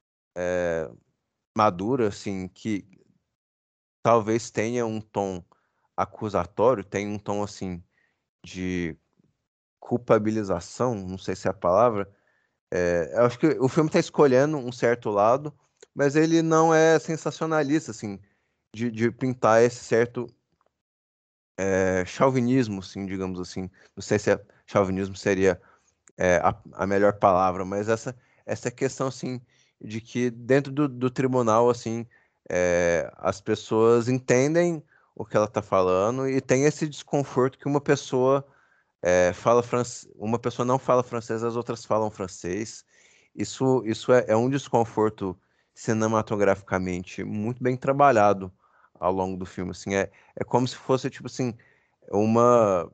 madura, assim, que talvez tenha um tom acusatório, tem um tom, assim, de culpabilização, não sei se é a palavra, É, eu acho que o filme está escolhendo um certo lado, mas ele não é sensacionalista, assim, de, de pintar esse certo é, chauvinismo, assim, digamos assim. Não sei se é, chauvinismo seria é, a, a melhor palavra, mas essa, essa questão, assim, de que dentro do, do tribunal, assim, é, as pessoas entendem o que ela está falando e tem esse desconforto que uma pessoa é, fala francês, uma pessoa não fala francês, as outras falam francês. Isso, isso é, é um desconforto cinematograficamente muito bem trabalhado ao longo do filme. Assim, é, é como se fosse tipo assim uma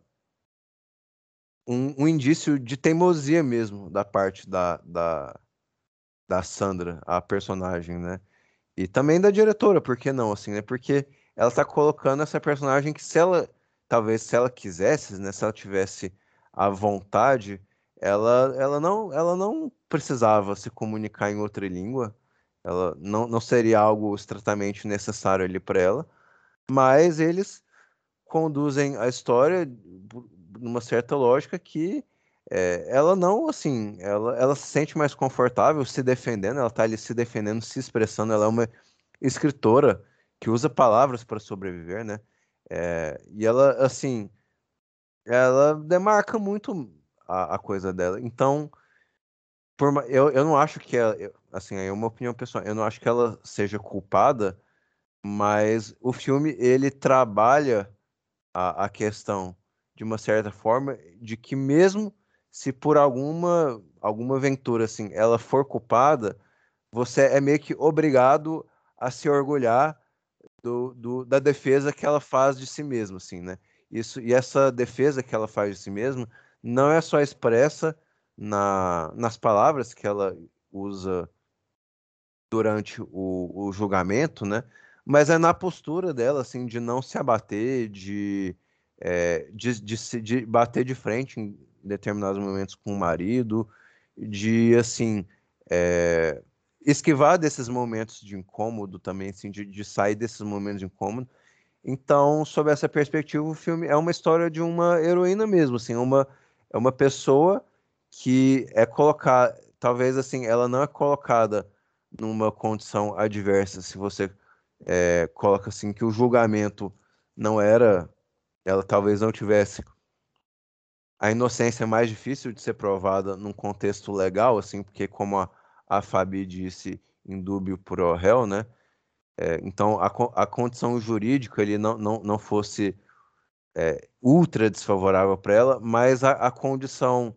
um, um indício de teimosia mesmo da parte da, da, da Sandra, a personagem, né? E também da diretora, por que não, assim, né? Porque ela tá colocando essa personagem que se ela, talvez se ela quisesse, né? Se ela tivesse a vontade, ela, ela não, ela não precisava se comunicar em outra língua. Ela não, não seria algo estritamente necessário ali para ela, mas eles conduzem a história bu- numa certa lógica que é, ela não, assim, ela, ela se sente mais confortável se defendendo, ela tá ali se defendendo, se expressando, ela é uma escritora que usa palavras para sobreviver, né? É, e ela, assim, ela demarca muito a, a coisa dela. Então, por, ma- eu, eu não acho que ela, eu- assim, é uma opinião pessoal, eu não acho que ela seja culpada, mas o filme, ele trabalha a, a questão de uma certa forma de que mesmo se por alguma alguma aventura assim ela for culpada, você é meio que obrigado a se orgulhar do, do- da defesa que ela faz de si mesma, assim, né? Isso, e essa defesa que ela faz de si mesma não é só expressa na, nas palavras que ela usa durante o, o julgamento, né? Mas é na postura dela, assim, de não se abater, de, é, de, de, se- de bater de frente em determinados momentos com o marido, de, assim, é, esquivar desses momentos de incômodo também, assim, de, de sair desses momentos de incômodo. Então, sob essa perspectiva, o filme é uma história de uma heroína mesmo, assim, uma, é uma pessoa que é colocada, talvez assim, ela não é colocada numa condição adversa, se você é, coloca assim que o julgamento não era, ela talvez não tivesse a inocência mais difícil de ser provada num contexto legal, assim, porque como a, a Fabi disse, in dubio pro réu, né? É, então a, co- a condição jurídica ele não, não, não fosse ultra desfavorável para ela, mas a, a condição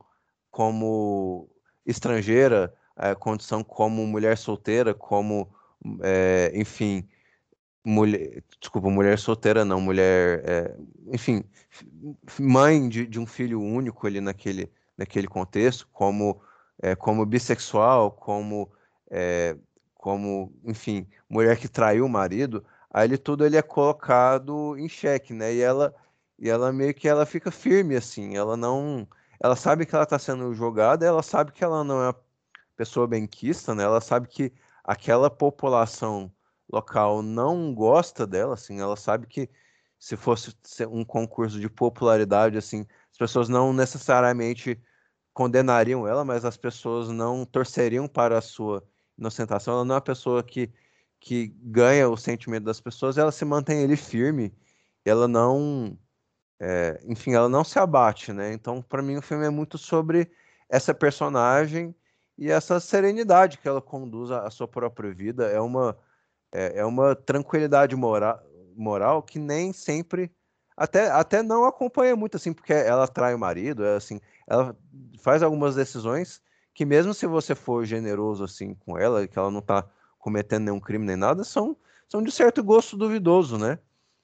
como estrangeira, a condição como mulher solteira, como, é, enfim, mulher, desculpa, mulher solteira não, mulher, é, enfim, f- mãe de, de um filho único ali naquele, naquele contexto, como, é, como bissexual, como, é, como, enfim, mulher que traiu o marido, aí ele, tudo ele é colocado em xeque, né? E ela, e ela meio que ela fica firme assim, ela não, ela sabe que ela está sendo julgada, ela sabe que ela não é uma pessoa benquista, né? Ela sabe que aquela população local não gosta dela, assim, ela sabe que se fosse ser um concurso de popularidade, assim, as pessoas não necessariamente condenariam ela, mas as pessoas não torceriam para a sua inocentação. Ela não é uma pessoa que, que ganha o sentimento das pessoas, ela se mantém ali firme, ela não, é, enfim, ela não se abate, né? Então, para mim, o filme é muito sobre essa personagem e essa serenidade que ela conduz à à sua própria vida. É uma é, é uma tranquilidade mora moral que nem sempre, até, até não acompanha muito, assim, porque ela trai o marido, é assim, ela faz algumas decisões que mesmo se você for generoso, assim, com ela, que ela não tá cometendo nenhum crime nem nada, são, são de certo gosto duvidoso, né?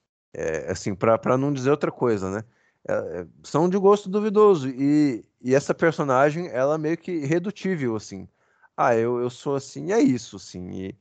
É, assim, para para não dizer outra coisa, né? É, é, são de gosto duvidoso, e, e essa personagem, ela é meio que irredutível, assim. Ah, eu, eu sou assim, é isso, assim,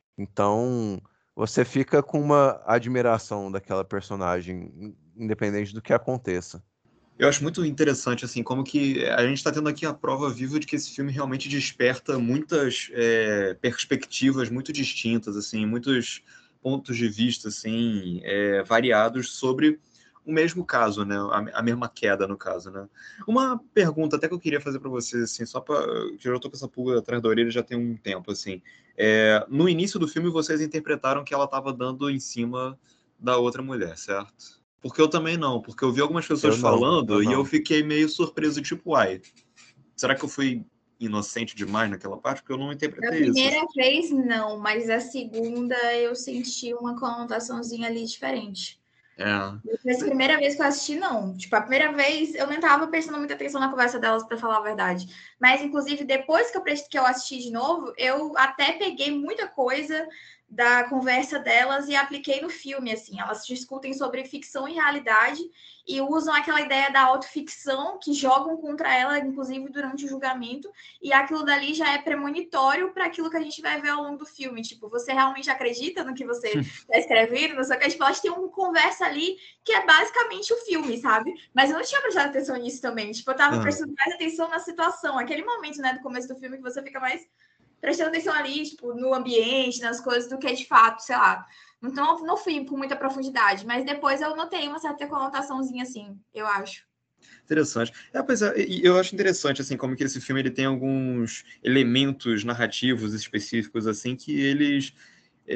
então, você fica com uma admiração daquela personagem, independente do que aconteça. Eu acho muito interessante, assim, como que a gente está tendo aqui a prova viva de que esse filme realmente desperta muitas é, perspectivas muito distintas, assim, muitos pontos de vista, assim, é, variados sobre o mesmo caso, né? A, a mesma queda, no caso, né? Uma pergunta até que eu queria fazer para vocês, assim, só para que eu já tô com essa pulga atrás da orelha já tem um tempo, assim. É, no início do filme, vocês interpretaram que ela estava dando em cima da outra mulher, certo? Porque eu também não, porque eu vi algumas pessoas Eu não, falando eu e eu não. fiquei meio surpreso, tipo, uai, será que eu fui inocente demais naquela parte? Porque eu não Da interpretei isso. primeira vez, não, mas a segunda eu senti uma conotaçãozinha ali diferente. É. Mas a primeira vez que eu assisti, não. Tipo, a primeira vez eu nem tava prestando muita atenção na conversa delas, pra falar a verdade. Mas, inclusive, depois que eu, prest... que eu assisti de novo, eu até peguei muita coisa da conversa delas e apliquei no filme, assim. Elas discutem sobre ficção e realidade e usam aquela ideia da autoficção que jogam contra ela, inclusive, durante o julgamento. E aquilo dali já é premonitório para aquilo que a gente vai ver ao longo do filme. Tipo, você realmente acredita no que você está escrevendo? Só que tipo, elas têm uma conversa ali que é basicamente o filme, sabe? Mas eu não tinha prestado atenção nisso também. Tipo, eu tava Uhum. prestando mais atenção na situação. Aquele momento, né, do começo do filme que você fica mais prestando atenção ali, tipo, no ambiente, nas coisas, do que de fato, sei lá. Então, não fui com muita profundidade, mas depois eu notei uma certa conotaçãozinha, assim, eu acho. Interessante. É, pois é, e eu acho interessante, assim, como que esse filme ele tem alguns elementos narrativos específicos, assim, que eles... É,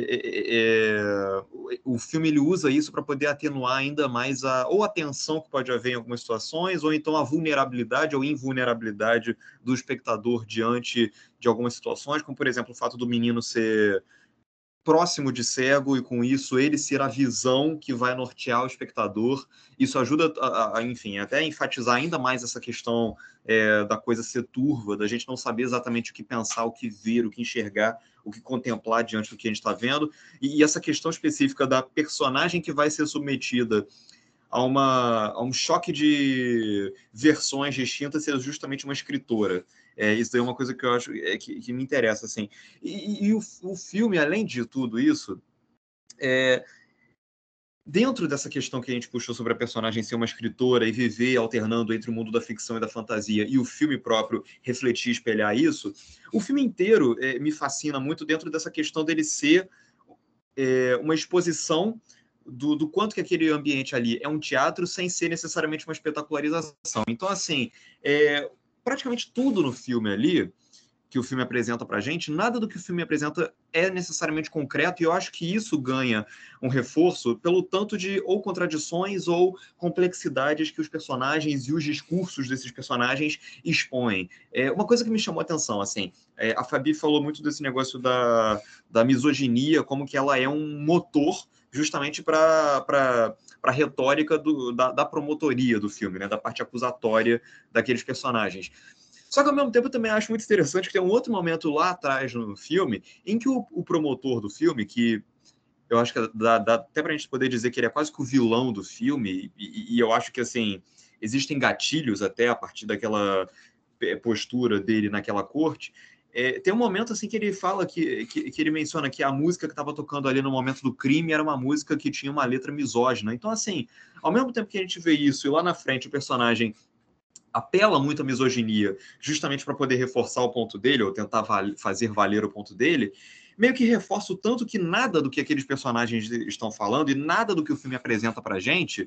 é, é, o filme ele usa isso para poder atenuar ainda mais a, ou a tensão que pode haver em algumas situações, ou então a vulnerabilidade ou invulnerabilidade do espectador diante de algumas situações, como, por exemplo, o fato do menino ser próximo de cego e, com isso, ele ser a visão que vai nortear o espectador. Isso ajuda, a, a, enfim, até a enfatizar ainda mais essa questão é, da coisa ser turva, da gente não saber exatamente o que pensar, o que ver, o que enxergar, o que contemplar diante do que a gente está vendo. E, e essa questão específica da personagem que vai ser submetida a, uma, a um choque de versões distintas ser justamente uma escritora. É, isso daí é uma coisa que eu acho é, que, que me interessa, assim. E, e o, o filme, além de tudo isso, é, dentro dessa questão que a gente puxou sobre a personagem ser uma escritora e viver alternando entre o mundo da ficção e da fantasia e o filme próprio refletir e espelhar isso, o filme inteiro é, me fascina muito dentro dessa questão dele ser é, uma exposição do, do quanto que aquele ambiente ali é um teatro sem ser necessariamente uma espetacularização. Então, assim, é, praticamente tudo no filme ali, que o filme apresenta pra gente, nada do que o filme apresenta é necessariamente concreto, e eu acho que isso ganha um reforço pelo tanto de ou contradições ou complexidades que os personagens e os discursos desses personagens expõem. É, uma coisa que me chamou a atenção, assim, é, a Fabi falou muito desse negócio da, da misoginia, como que ela é um motor justamente para a retórica do, da, da promotoria do filme, né, da parte acusatória daqueles personagens. Só que, ao mesmo tempo, eu também acho muito interessante que tem um outro momento lá atrás no filme em que o, o promotor do filme, que eu acho que dá, dá até para a gente poder dizer que ele é quase que o vilão do filme, e, e eu acho que, assim, existem gatilhos até a partir daquela postura dele naquela corte. É, tem um momento assim que ele fala que, que, que ele menciona que a música que estava tocando ali no momento do crime era uma música que tinha uma letra misógina. Então, assim, ao mesmo tempo que a gente vê isso e lá na frente o personagem apela muito à misoginia justamente para poder reforçar o ponto dele ou tentar val- fazer valer o ponto dele, meio que reforça o tanto que nada do que aqueles personagens estão falando e nada do que o filme apresenta para a gente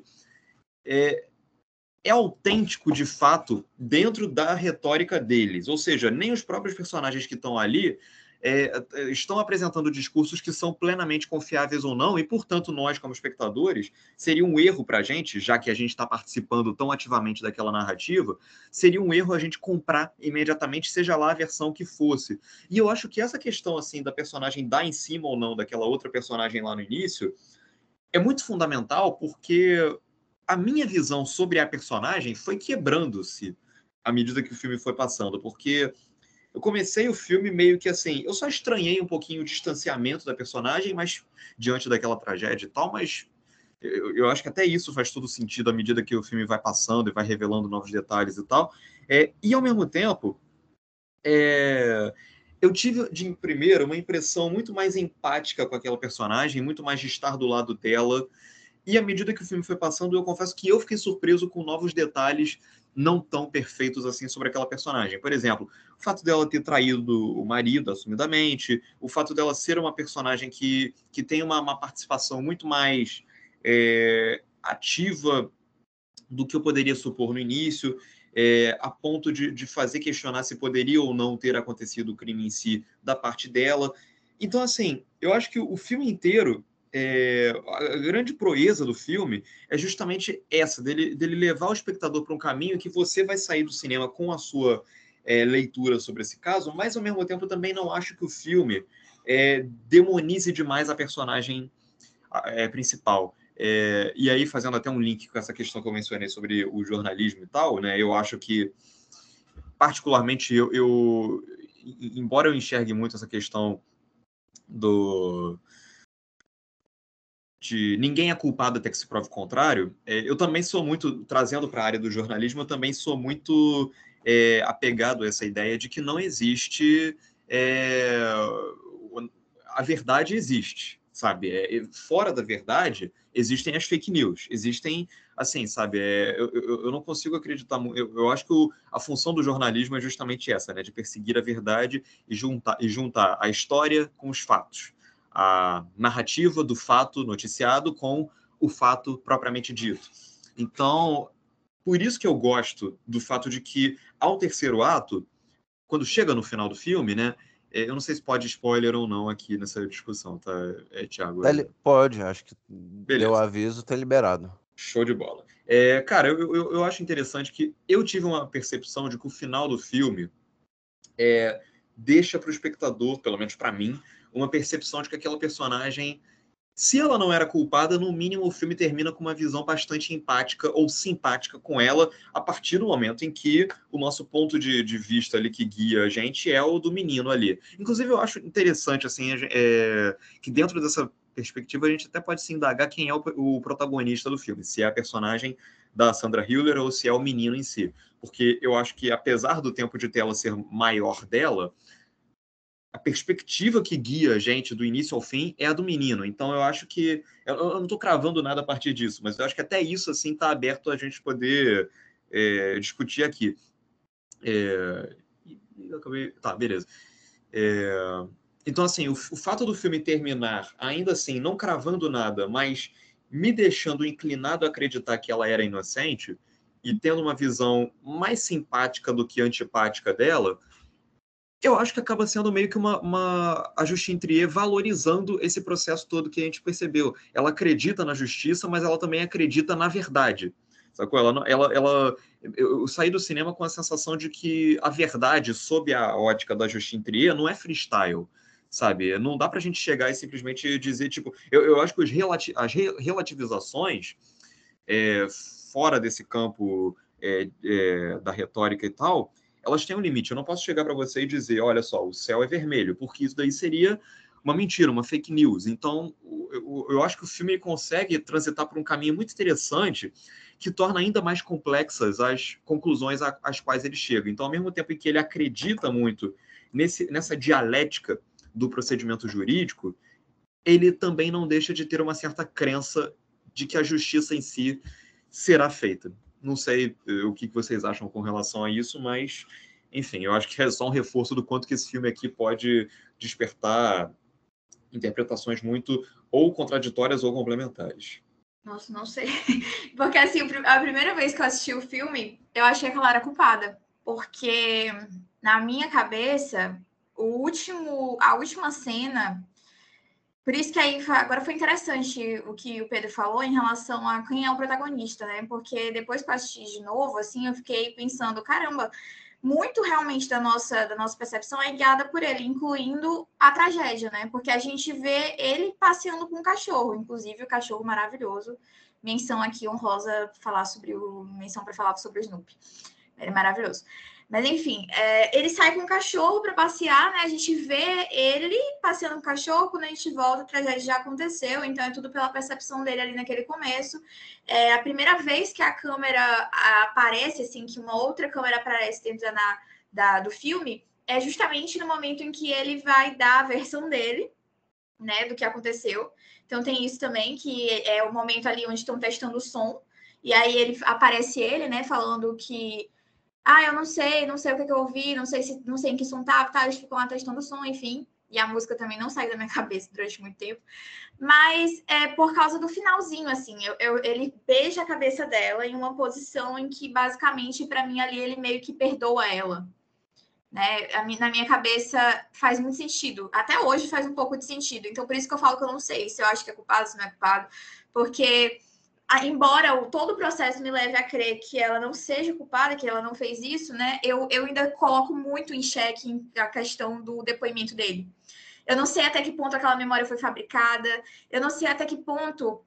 é, é autêntico, de fato, dentro da retórica deles. Ou seja, nem os próprios personagens que estão ali é, estão apresentando discursos que são plenamente confiáveis ou não, e, portanto, nós, como espectadores, seria um erro para a gente, já que a gente está participando tão ativamente daquela narrativa, seria um erro a gente comprar imediatamente, seja lá a versão que fosse. E eu acho que essa questão, assim, da personagem dar em cima ou não daquela outra personagem lá no início, é muito fundamental, porque a minha visão sobre a personagem foi quebrando-se à medida que o filme foi passando, porque eu comecei o filme meio que assim, eu só estranhei um pouquinho o distanciamento da personagem, mas diante daquela tragédia e tal, mas eu, eu acho que até isso faz todo sentido à medida que o filme vai passando e vai revelando novos detalhes e tal. É, e ao mesmo tempo, é, eu tive de primeiro uma impressão muito mais empática com aquela personagem, muito mais de estar do lado dela. E à medida que o filme foi passando, eu confesso que eu fiquei surpreso com novos detalhes não tão perfeitos assim sobre aquela personagem. Por exemplo, o fato dela ter traído o marido assumidamente, o fato dela ser uma personagem que, que tem uma, uma participação muito mais é, ativa do que eu poderia supor no início, é, a ponto de, de fazer questionar se poderia ou não ter acontecido o crime em si da parte dela. Então, assim, eu acho que o filme inteiro, é, a grande proeza do filme é justamente essa, dele, dele levar o espectador para um caminho que você vai sair do cinema com a sua é, leitura sobre esse caso, mas, ao mesmo tempo, eu também não acho que o filme é, demonize demais a personagem é, principal. É, e aí, fazendo até um link com essa questão que eu mencionei sobre o jornalismo e tal, né, eu acho que, particularmente, eu, eu embora eu enxergue muito essa questão do... de ninguém é culpado até que se prove o contrário, é, eu também sou muito, trazendo para a área do jornalismo, eu também sou muito é, apegado a essa ideia de que não existe... É, a verdade existe, sabe? É, fora da verdade, existem as fake news, existem, assim, sabe? É, eu, eu, eu não consigo acreditar... Eu, eu acho que o, a função do jornalismo é justamente essa, né? De perseguir a verdade e juntar, e juntar a história com os fatos. A narrativa do fato noticiado com o fato propriamente dito. Então, por isso que eu gosto do fato de que, ao terceiro ato, quando chega no final do filme, né? Eu não sei se pode spoiler ou não aqui nessa discussão, tá, é, Thiago? Tá li- Pode, acho que Beleza. deu aviso, tá liberado. Show de bola. É, cara, eu, eu, eu acho interessante que eu tive uma percepção de que o final do filme é, deixa para o espectador, pelo menos para mim, uma percepção de que aquela personagem, se ela não era culpada, no mínimo o filme termina com uma visão bastante empática ou simpática com ela, a partir do momento em que o nosso ponto de, de vista ali que guia a gente é o do menino ali. Inclusive, eu acho interessante, assim, é, que dentro dessa perspectiva a gente até pode se indagar quem é o, o protagonista do filme, se é a personagem da Sandra Hüller ou se é o menino em si. Porque eu acho que, apesar do tempo de tela ser maior dela, a perspectiva que guia a gente do início ao fim é a do menino. Então, eu acho que... Eu, eu não estou cravando nada a partir disso, mas eu acho que até isso, assim, está aberto a gente poder é, discutir aqui. É, eu acabei... Tá, beleza. É, então, assim, o, o fato do filme terminar, ainda assim, não cravando nada, mas me deixando inclinado a acreditar que ela era inocente e tendo uma visão mais simpática do que antipática dela, eu acho que acaba sendo meio que uma, uma a Justine Triet valorizando esse processo todo que a gente percebeu. Ela acredita na justiça, mas ela também acredita na verdade. Sacou? Ela, ela, ela, eu saí do cinema com a sensação de que a verdade, sob a ótica da Justine Triet, não é freestyle, sabe? Não dá pra gente chegar e simplesmente dizer, tipo... Eu, eu acho que os relati as re relativizações, é, fora desse campo é, é, da retórica e tal... elas têm um limite. Eu não posso chegar para você e dizer, olha só, o céu é vermelho, porque isso daí seria uma mentira, uma fake news. Então, eu, eu acho que o filme consegue transitar por um caminho muito interessante que torna ainda mais complexas as conclusões às quais ele chega. Então, ao mesmo tempo em que ele acredita muito nesse, nessa dialética do procedimento jurídico, ele também não deixa de ter uma certa crença de que a justiça em si será feita. Não sei o que vocês acham com relação a isso, mas, enfim, eu acho que é só um reforço do quanto que esse filme aqui pode despertar interpretações muito ou contraditórias ou complementares. Nossa, não sei. Porque, assim, a primeira vez que eu assisti o filme, eu achei que ela era culpada. Porque, na minha cabeça, o último, a última cena... Por isso que aí agora foi interessante o que o Pedro falou em relação a quem é o protagonista, né? Porque depois que eu assisti de novo, assim, eu fiquei pensando, caramba, muito realmente da nossa, da nossa percepção é guiada por ele, incluindo a tragédia, né? Porque a gente vê ele passeando com um cachorro, inclusive o cachorro maravilhoso. Menção aqui honrosa falar sobre o menção para falar sobre o Snoopy. Ele é maravilhoso. Mas, enfim, é, ele sai com o cachorro para passear, né? A gente vê ele passeando com o cachorro, quando a gente volta, a tragédia já aconteceu, então é tudo pela percepção dele ali naquele começo. É a primeira vez que a câmera aparece, assim, que uma outra câmera aparece dentro da, da, do filme, é justamente no momento em que ele vai dar a versão dele, né, do que aconteceu. Então tem isso também, que é o momento ali onde estão testando o som, e aí ele aparece ele, né, falando que ah, eu não sei, não sei o que, que eu ouvi, não sei se não sei em que som tava, tá, eles ficam lá testando o som, enfim. e a música também não saiu da minha cabeça durante muito tempo, mas é por causa do finalzinho, assim, eu, eu, ele beija a cabeça dela em uma posição em que, basicamente, para mim, ali, ele meio que perdoa ela, né? A minha, na minha cabeça faz muito sentido, até hoje faz um pouco de sentido, então por isso que eu falo que eu não sei se eu acho que é culpado, se não é culpado, porque... embora o, todo o processo me leve a crer que ela não seja culpada, que ela não fez isso, né? Eu, eu ainda coloco muito em xeque a questão do depoimento dele. Eu não sei até que ponto aquela memória foi fabricada, eu não sei até que ponto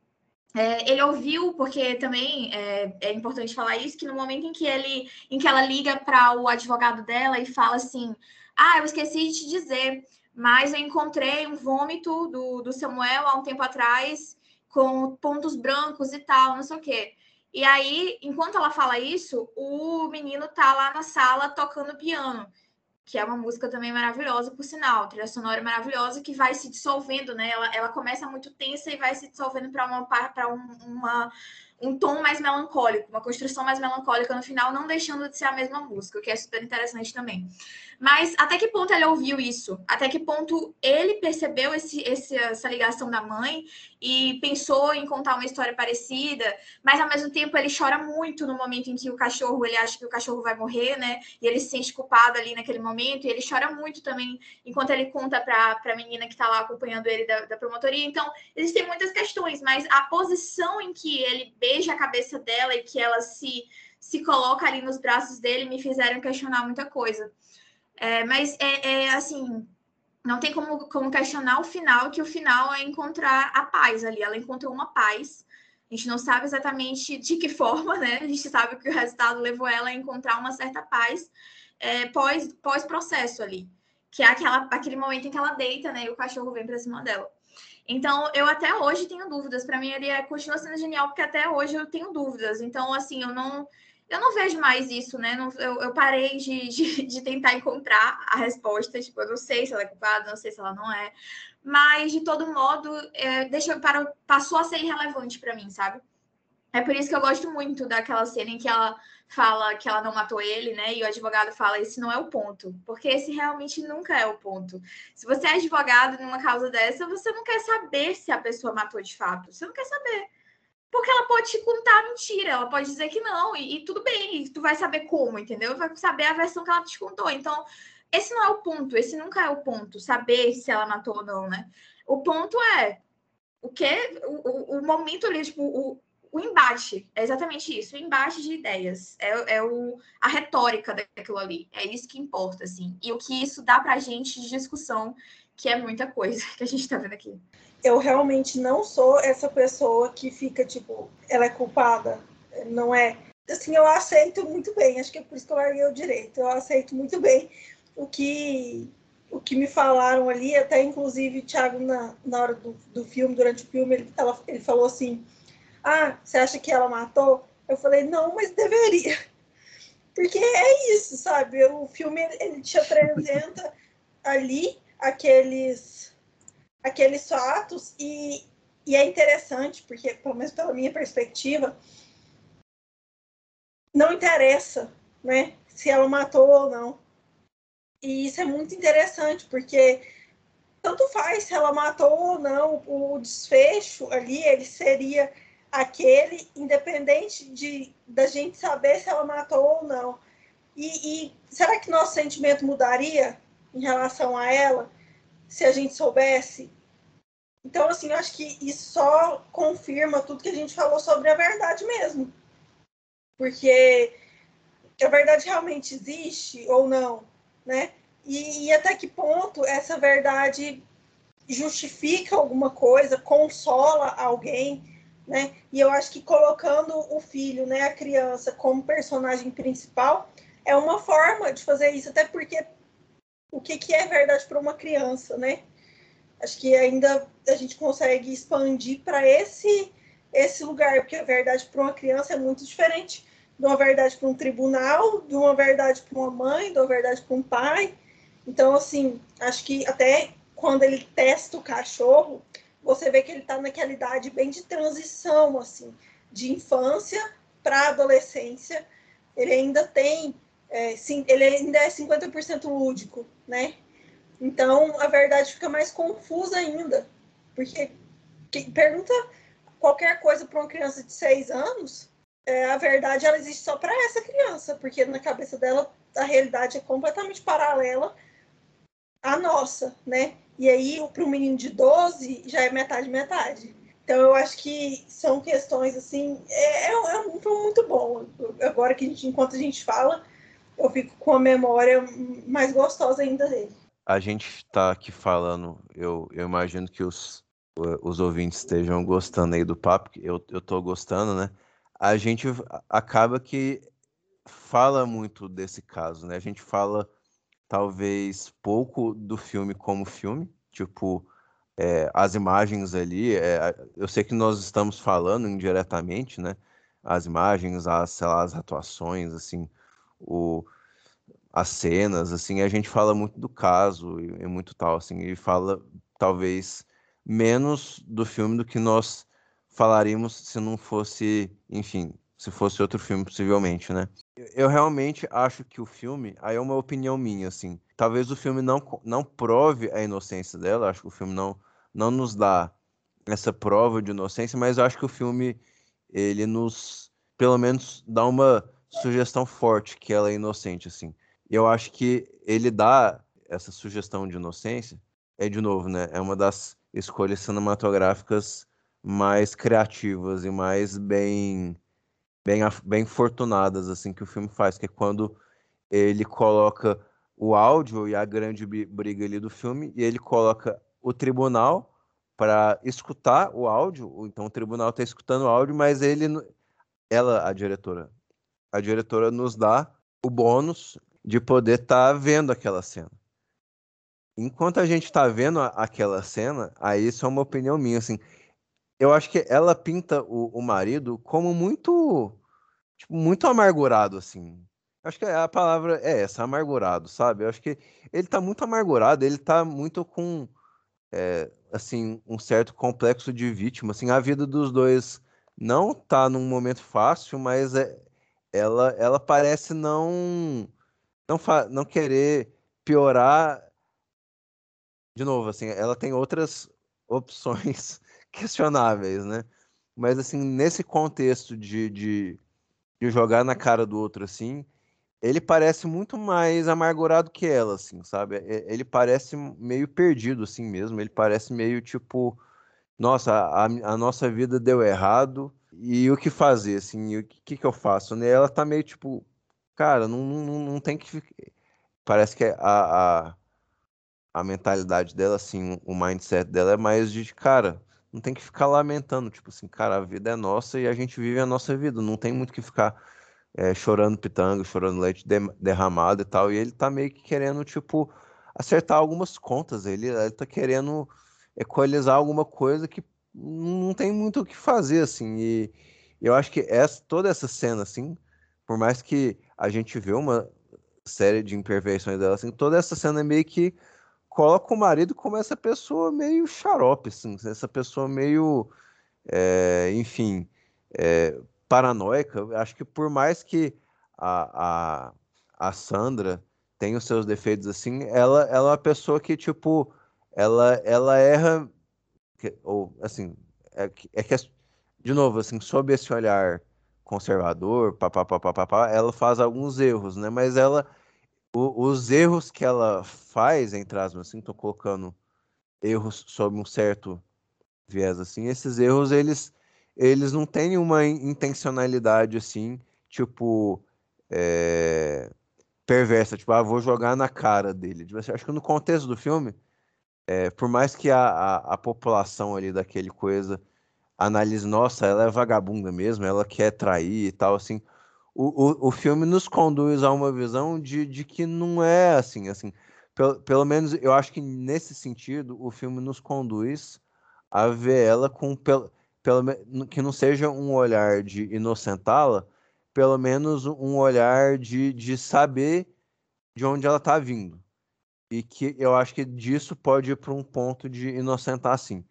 é, ele ouviu, porque também é, é importante falar isso, que no momento em que, ele, em que ela liga para o advogado dela e fala assim, ah, eu esqueci de te dizer, mas eu encontrei um vômito do, do Samuel há um tempo atrás, com pontos brancos e tal, não sei o quê. E aí, enquanto ela fala isso, o menino tá lá na sala tocando piano, que é uma música também maravilhosa, por sinal, trilha sonora maravilhosa, que vai se dissolvendo, né? Ela, ela começa muito tensa e vai se dissolvendo para uma, para um, uma, um tom mais melancólico, uma construção mais melancólica no final, não deixando de ser a mesma música, o que é super interessante também. Mas até que ponto ele ouviu isso? Até que ponto ele percebeu esse, esse, essa ligação da mãe e pensou em contar uma história parecida, mas ao mesmo tempo ele chora muito no momento em que o cachorro, ele acha que o cachorro vai morrer, né? E ele se sente culpado ali naquele momento, e ele chora muito também enquanto ele conta para a menina que está lá acompanhando ele da, da promotoria. Então, existem muitas questões, mas a posição em que ele beija a cabeça dela e que ela se, se coloca ali nos braços dele me fizeram questionar muita coisa. É, mas é, é assim, não tem como, como questionar o final, que o final é encontrar a paz ali. Ela encontrou uma paz. A gente não sabe exatamente de que forma, né? A gente sabe que o resultado levou ela a encontrar uma certa paz é, pós, pós-processo ali. Que é aquela, aquele momento em que ela deita, né? E o cachorro vem para cima dela. Então, eu até hoje tenho dúvidas. Para mim, ele é, continua sendo genial, porque até hoje eu tenho dúvidas. Então, assim, eu não... Eu não vejo mais isso, né? Não, eu, eu parei de, de, de tentar encontrar a resposta. Tipo, eu não sei se ela é culpada, não sei se ela não é. Mas, de todo modo, é, deixa, para, passou a ser irrelevante para mim, sabe? É por isso que eu gosto muito daquela cena em que ela fala que ela não matou ele, né? E o advogado fala, esse não é o ponto. Porque esse realmente nunca é o ponto. Se você é advogado numa causa dessa, você não quer saber se a pessoa matou de fato. Você não quer saber. Porque ela pode te contar mentira, ela pode dizer que não, e, e tudo bem, e tu vai saber como, entendeu? Vai saber a versão que ela te contou. Então, esse não é o ponto, esse nunca é o ponto, saber se ela matou ou não, né? O ponto é o quê? O, o, o momento ali, tipo, o, o embate, é exatamente isso, o embate de ideias, é, é o, a retórica daquilo ali, é isso que importa, assim. E o que isso dá pra gente de discussão, que é muita coisa que a gente tá vendo aqui. Eu realmente não sou essa pessoa que fica, tipo, ela é culpada, não é? Assim, eu aceito muito bem, acho que é por isso que eu larguei o direito, eu aceito muito bem o que, o que me falaram ali, até inclusive o Thiago, na, na hora do, do filme, durante o filme, ele, ela, ele falou assim, ah, você acha que ela matou? Eu falei, não, mas deveria. Porque é isso, sabe? O filme, ele te apresenta ali aqueles... aqueles fatos, e, e é interessante, porque, pelo menos pela minha perspectiva, não interessa, né, se ela matou ou não. E isso é muito interessante, porque tanto faz se ela matou ou não, o desfecho ali, ele seria aquele, independente de, da gente saber se ela matou ou não. E, e será que nosso sentimento mudaria em relação a ela, se a gente soubesse? Então, assim, eu acho que isso só confirma tudo que a gente falou sobre a verdade mesmo. Porque a verdade realmente existe ou não, né? E, e até que ponto essa verdade justifica alguma coisa, consola alguém, né? E eu acho que colocando o filho, né, a criança, como personagem principal, é uma forma de fazer isso, até porque o que, que é verdade para uma criança, né? Acho que ainda a gente consegue expandir para esse, esse lugar, porque a verdade para uma criança é muito diferente de uma verdade para um tribunal, de uma verdade para uma mãe, de uma verdade para um pai. Então, assim, acho que até quando ele testa o cachorro, você vê que ele está naquela idade bem de transição, assim, de infância para adolescência. Ele ainda tem, é, sim, ele ainda é cinquenta por cento lúdico, né? Então, a verdade fica mais confusa ainda. Porque quem pergunta qualquer coisa para uma criança de seis anos, é, a verdade ela existe só para essa criança, porque na cabeça dela a realidade é completamente paralela à nossa, né? E aí, para um menino de doze, já é metade, metade. Então, eu acho que são questões, assim, é, é, é um filme muito bom. Agora que a gente, enquanto a gente fala, eu fico com a memória mais gostosa ainda dele. A gente está aqui falando, eu, eu imagino que os, os ouvintes estejam gostando aí do papo, eu, eu tô gostando, né? A gente acaba que fala muito desse caso, né? A gente fala talvez pouco do filme como filme, tipo, é, as imagens ali, é, eu sei que nós estamos falando indiretamente, né? As imagens, as, sei lá, as atuações, assim, o, as cenas, assim, a gente fala muito do caso e, e muito tal, assim, e fala talvez menos do filme do que nós falaríamos se não fosse, enfim, se fosse outro filme, possivelmente, né? Eu realmente acho que o filme, aí é uma opinião minha, assim, talvez o filme não, não prove a inocência dela, acho que o filme não, não nos dá essa prova de inocência, mas eu acho que o filme, ele nos, pelo menos, dá uma sugestão forte que ela é inocente, assim. E eu acho que ele dá essa sugestão de inocência, é de novo, né? É uma das escolhas cinematográficas mais criativas e mais bem, bem, bem fortunadas, assim, que o filme faz, que é quando ele coloca o áudio e a grande briga ali do filme, e ele coloca o tribunal para escutar o áudio, então o tribunal está escutando o áudio, mas ele, ela, a diretora, a diretora nos dá o bônus de poder estar tá vendo aquela cena. Enquanto a gente está vendo a, aquela cena, aí isso é uma opinião minha, assim, eu acho que ela pinta o, o marido como muito, tipo, muito amargurado, assim. Acho que a palavra é essa, amargurado, sabe? Eu acho que ele tá muito amargurado, ele tá muito com, é, assim, um certo complexo de vítima, assim, a vida dos dois não tá num momento fácil, mas é, ela, ela parece não, não, fa não querer piorar de novo, assim, ela tem outras opções questionáveis, né? Mas, assim, nesse contexto de, de, de jogar na cara do outro, assim, ele parece muito mais amargurado que ela, assim, sabe? E- Ele parece meio perdido, assim mesmo. Ele parece meio tipo, nossa, a, a nossa vida deu errado e o que fazer, assim, e o que, que eu faço, né? Ela tá meio tipo, cara, não, não, não tem que. fi- Parece que a, a, a mentalidade dela, assim, o mindset dela é mais de, cara, não tem que ficar lamentando, tipo assim, cara, a vida é nossa e a gente vive a nossa vida, não tem muito que ficar é, chorando pitanga, chorando leite de- derramado e tal, e ele tá meio que querendo, tipo, acertar algumas contas, ele, ele tá querendo equalizar alguma coisa que não tem muito o que fazer, assim, e eu acho que essa, toda essa cena, assim, por mais que a gente vê uma série de imperfeições dela, assim, toda essa cena é meio que coloca o marido como essa pessoa meio xarope, assim, essa pessoa meio, é, enfim, é, paranoica. Acho que por mais que a, a, a Sandra tenha os seus defeitos, assim, ela, ela é uma pessoa que, tipo, ela, ela erra, que- ou, assim, é, que- é que, de novo, assim, sob esse olhar conservador, papapá, papapá, ela faz alguns erros, né? Mas ela, o- os erros que ela faz, entre aspas, assim, tô colocando erros sob um certo viés, assim, esses erros, eles, eles não têm uma in- intencionalidade, assim, tipo, é, perversa, tipo, ah, vou jogar na cara dele. Tipo assim, acho que no contexto do filme, é, por mais que a, a, a população ali daquele coisa analise, nossa, ela é vagabunda mesmo, ela quer trair e tal, assim, o, o, o filme nos conduz a uma visão de, de que não é assim, assim, pelo, pelo menos eu acho que nesse sentido o filme nos conduz a ver ela com, pelo, pelo, me- que não seja um olhar de inocentá-la, pelo menos um olhar de, de saber de onde ela está vindo. E que eu acho que disso pode ir para um ponto de inocentar, sim.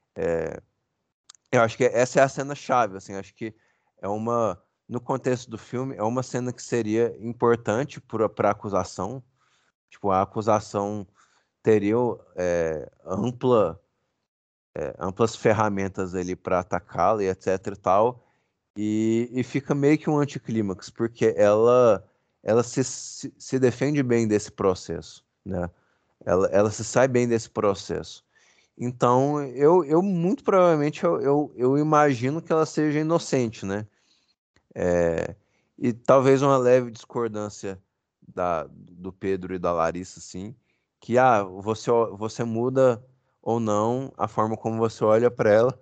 Eu acho que essa é a cena chave, assim, acho que é uma, no contexto do filme, é uma cena que seria importante para a acusação, tipo, a acusação teriam é, ampla, é, amplas ferramentas ali para atacá-la e etc e tal, e, e fica meio que um anticlímax, porque ela, ela se, se, se defende bem desse processo, né? Ela, ela se sai bem desse processo. Então, eu, eu muito provavelmente, eu, eu, eu imagino que ela seja inocente, né? É, e talvez uma leve discordância da, do Pedro e da Larissa, assim, que ah, você, você muda ou não a forma como você olha para ela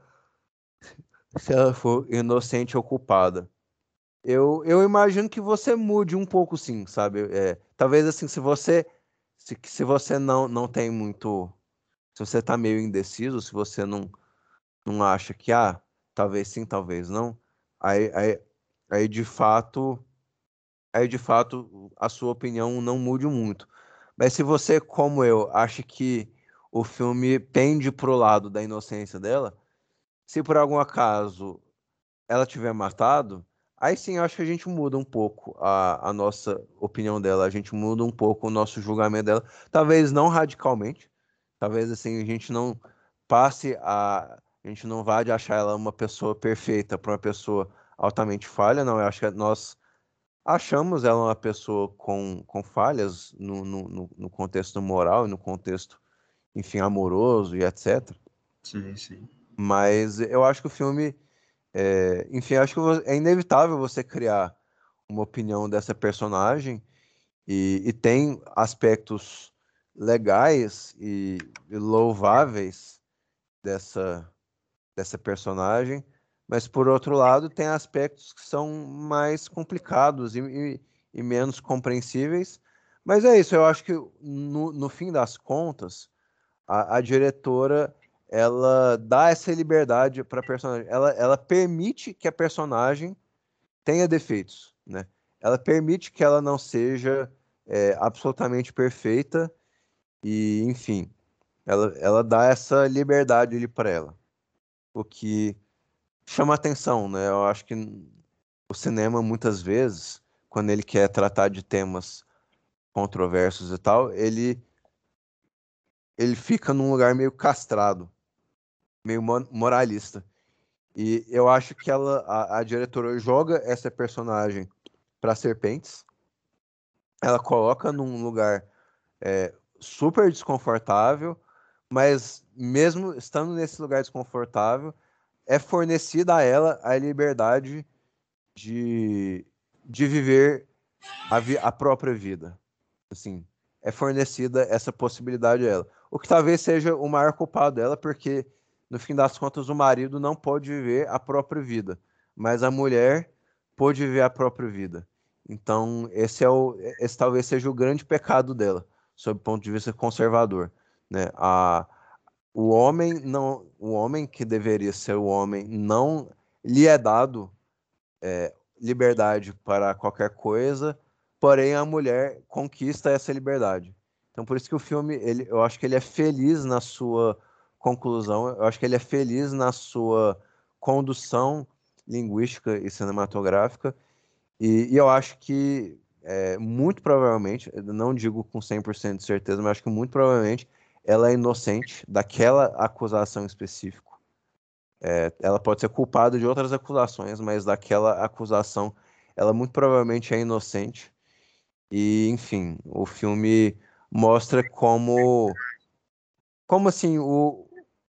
se ela for inocente ou culpada. Eu, eu imagino que você mude um pouco, sim, sabe? É, talvez assim, se você se, se você não, não tem muito, se você tá meio indeciso, se você não, não acha que ah, talvez sim, talvez não, aí, aí, aí de fato aí de fato a sua opinião não mude muito. Mas se você, como eu, acha que o filme pende pro lado da inocência dela, se por algum acaso ela tiver matado, aí sim eu acho que a gente muda um pouco a, a nossa opinião dela, a gente muda um pouco o nosso julgamento dela. Talvez não radicalmente, talvez assim a gente não passe a. A gente não vá de achar ela uma pessoa perfeita para uma pessoa altamente falha, não. Eu acho que nós achamos ela uma pessoa com, com falhas no, no, no no contexto moral e no contexto, enfim, amoroso e et cetera. Sim, sim. Mas eu acho que o filme, é, enfim, acho que vo- é inevitável você criar uma opinião dessa personagem e, e tem aspectos legais e, e louváveis dessa, dessa personagem, mas por outro lado tem aspectos que são mais complicados e, e- e menos compreensíveis. Mas é isso, eu acho que no, no fim das contas, a, a diretora ela dá essa liberdade para a personagem. Ela, ela permite que a personagem tenha defeitos, né? Ela permite que ela não seja é, absolutamente perfeita e, enfim, ela, ela dá essa liberdade ali para ela, o que chama atenção, né? Eu acho que o cinema muitas vezes, quando ele quer tratar de temas controversos e tal, ele ele fica num lugar meio castrado, meio mo- moralista. E eu acho que ela, a, a diretora joga essa personagem para serpentes, ela coloca num lugar é, super desconfortável, mas mesmo estando nesse lugar desconfortável, é fornecida a ela a liberdade de, de viver a, vi- a própria vida. Assim, é fornecida essa possibilidade a ela. O que talvez seja o maior culpado dela, porque no fim das contas o marido não pode viver a própria vida, mas a mulher pode viver a própria vida. Então, esse é o, esse talvez seja o grande pecado dela, sob o ponto de vista conservador, né? A, o homem não, o homem que deveria ser o homem não lhe é dado liberdade para qualquer coisa, porém a mulher conquista essa liberdade. Então por isso que o filme, ele, eu acho que ele é feliz na sua conclusão, eu acho que ele é feliz na sua condução linguística e cinematográfica, e, e eu acho que é, muito provavelmente, eu não digo com cem por cento de certeza, mas acho que muito provavelmente ela é inocente daquela acusação específica. Ela pode ser culpada de outras acusações, mas daquela acusação ela muito provavelmente é inocente. E, enfim, o filme mostra como, como assim, o,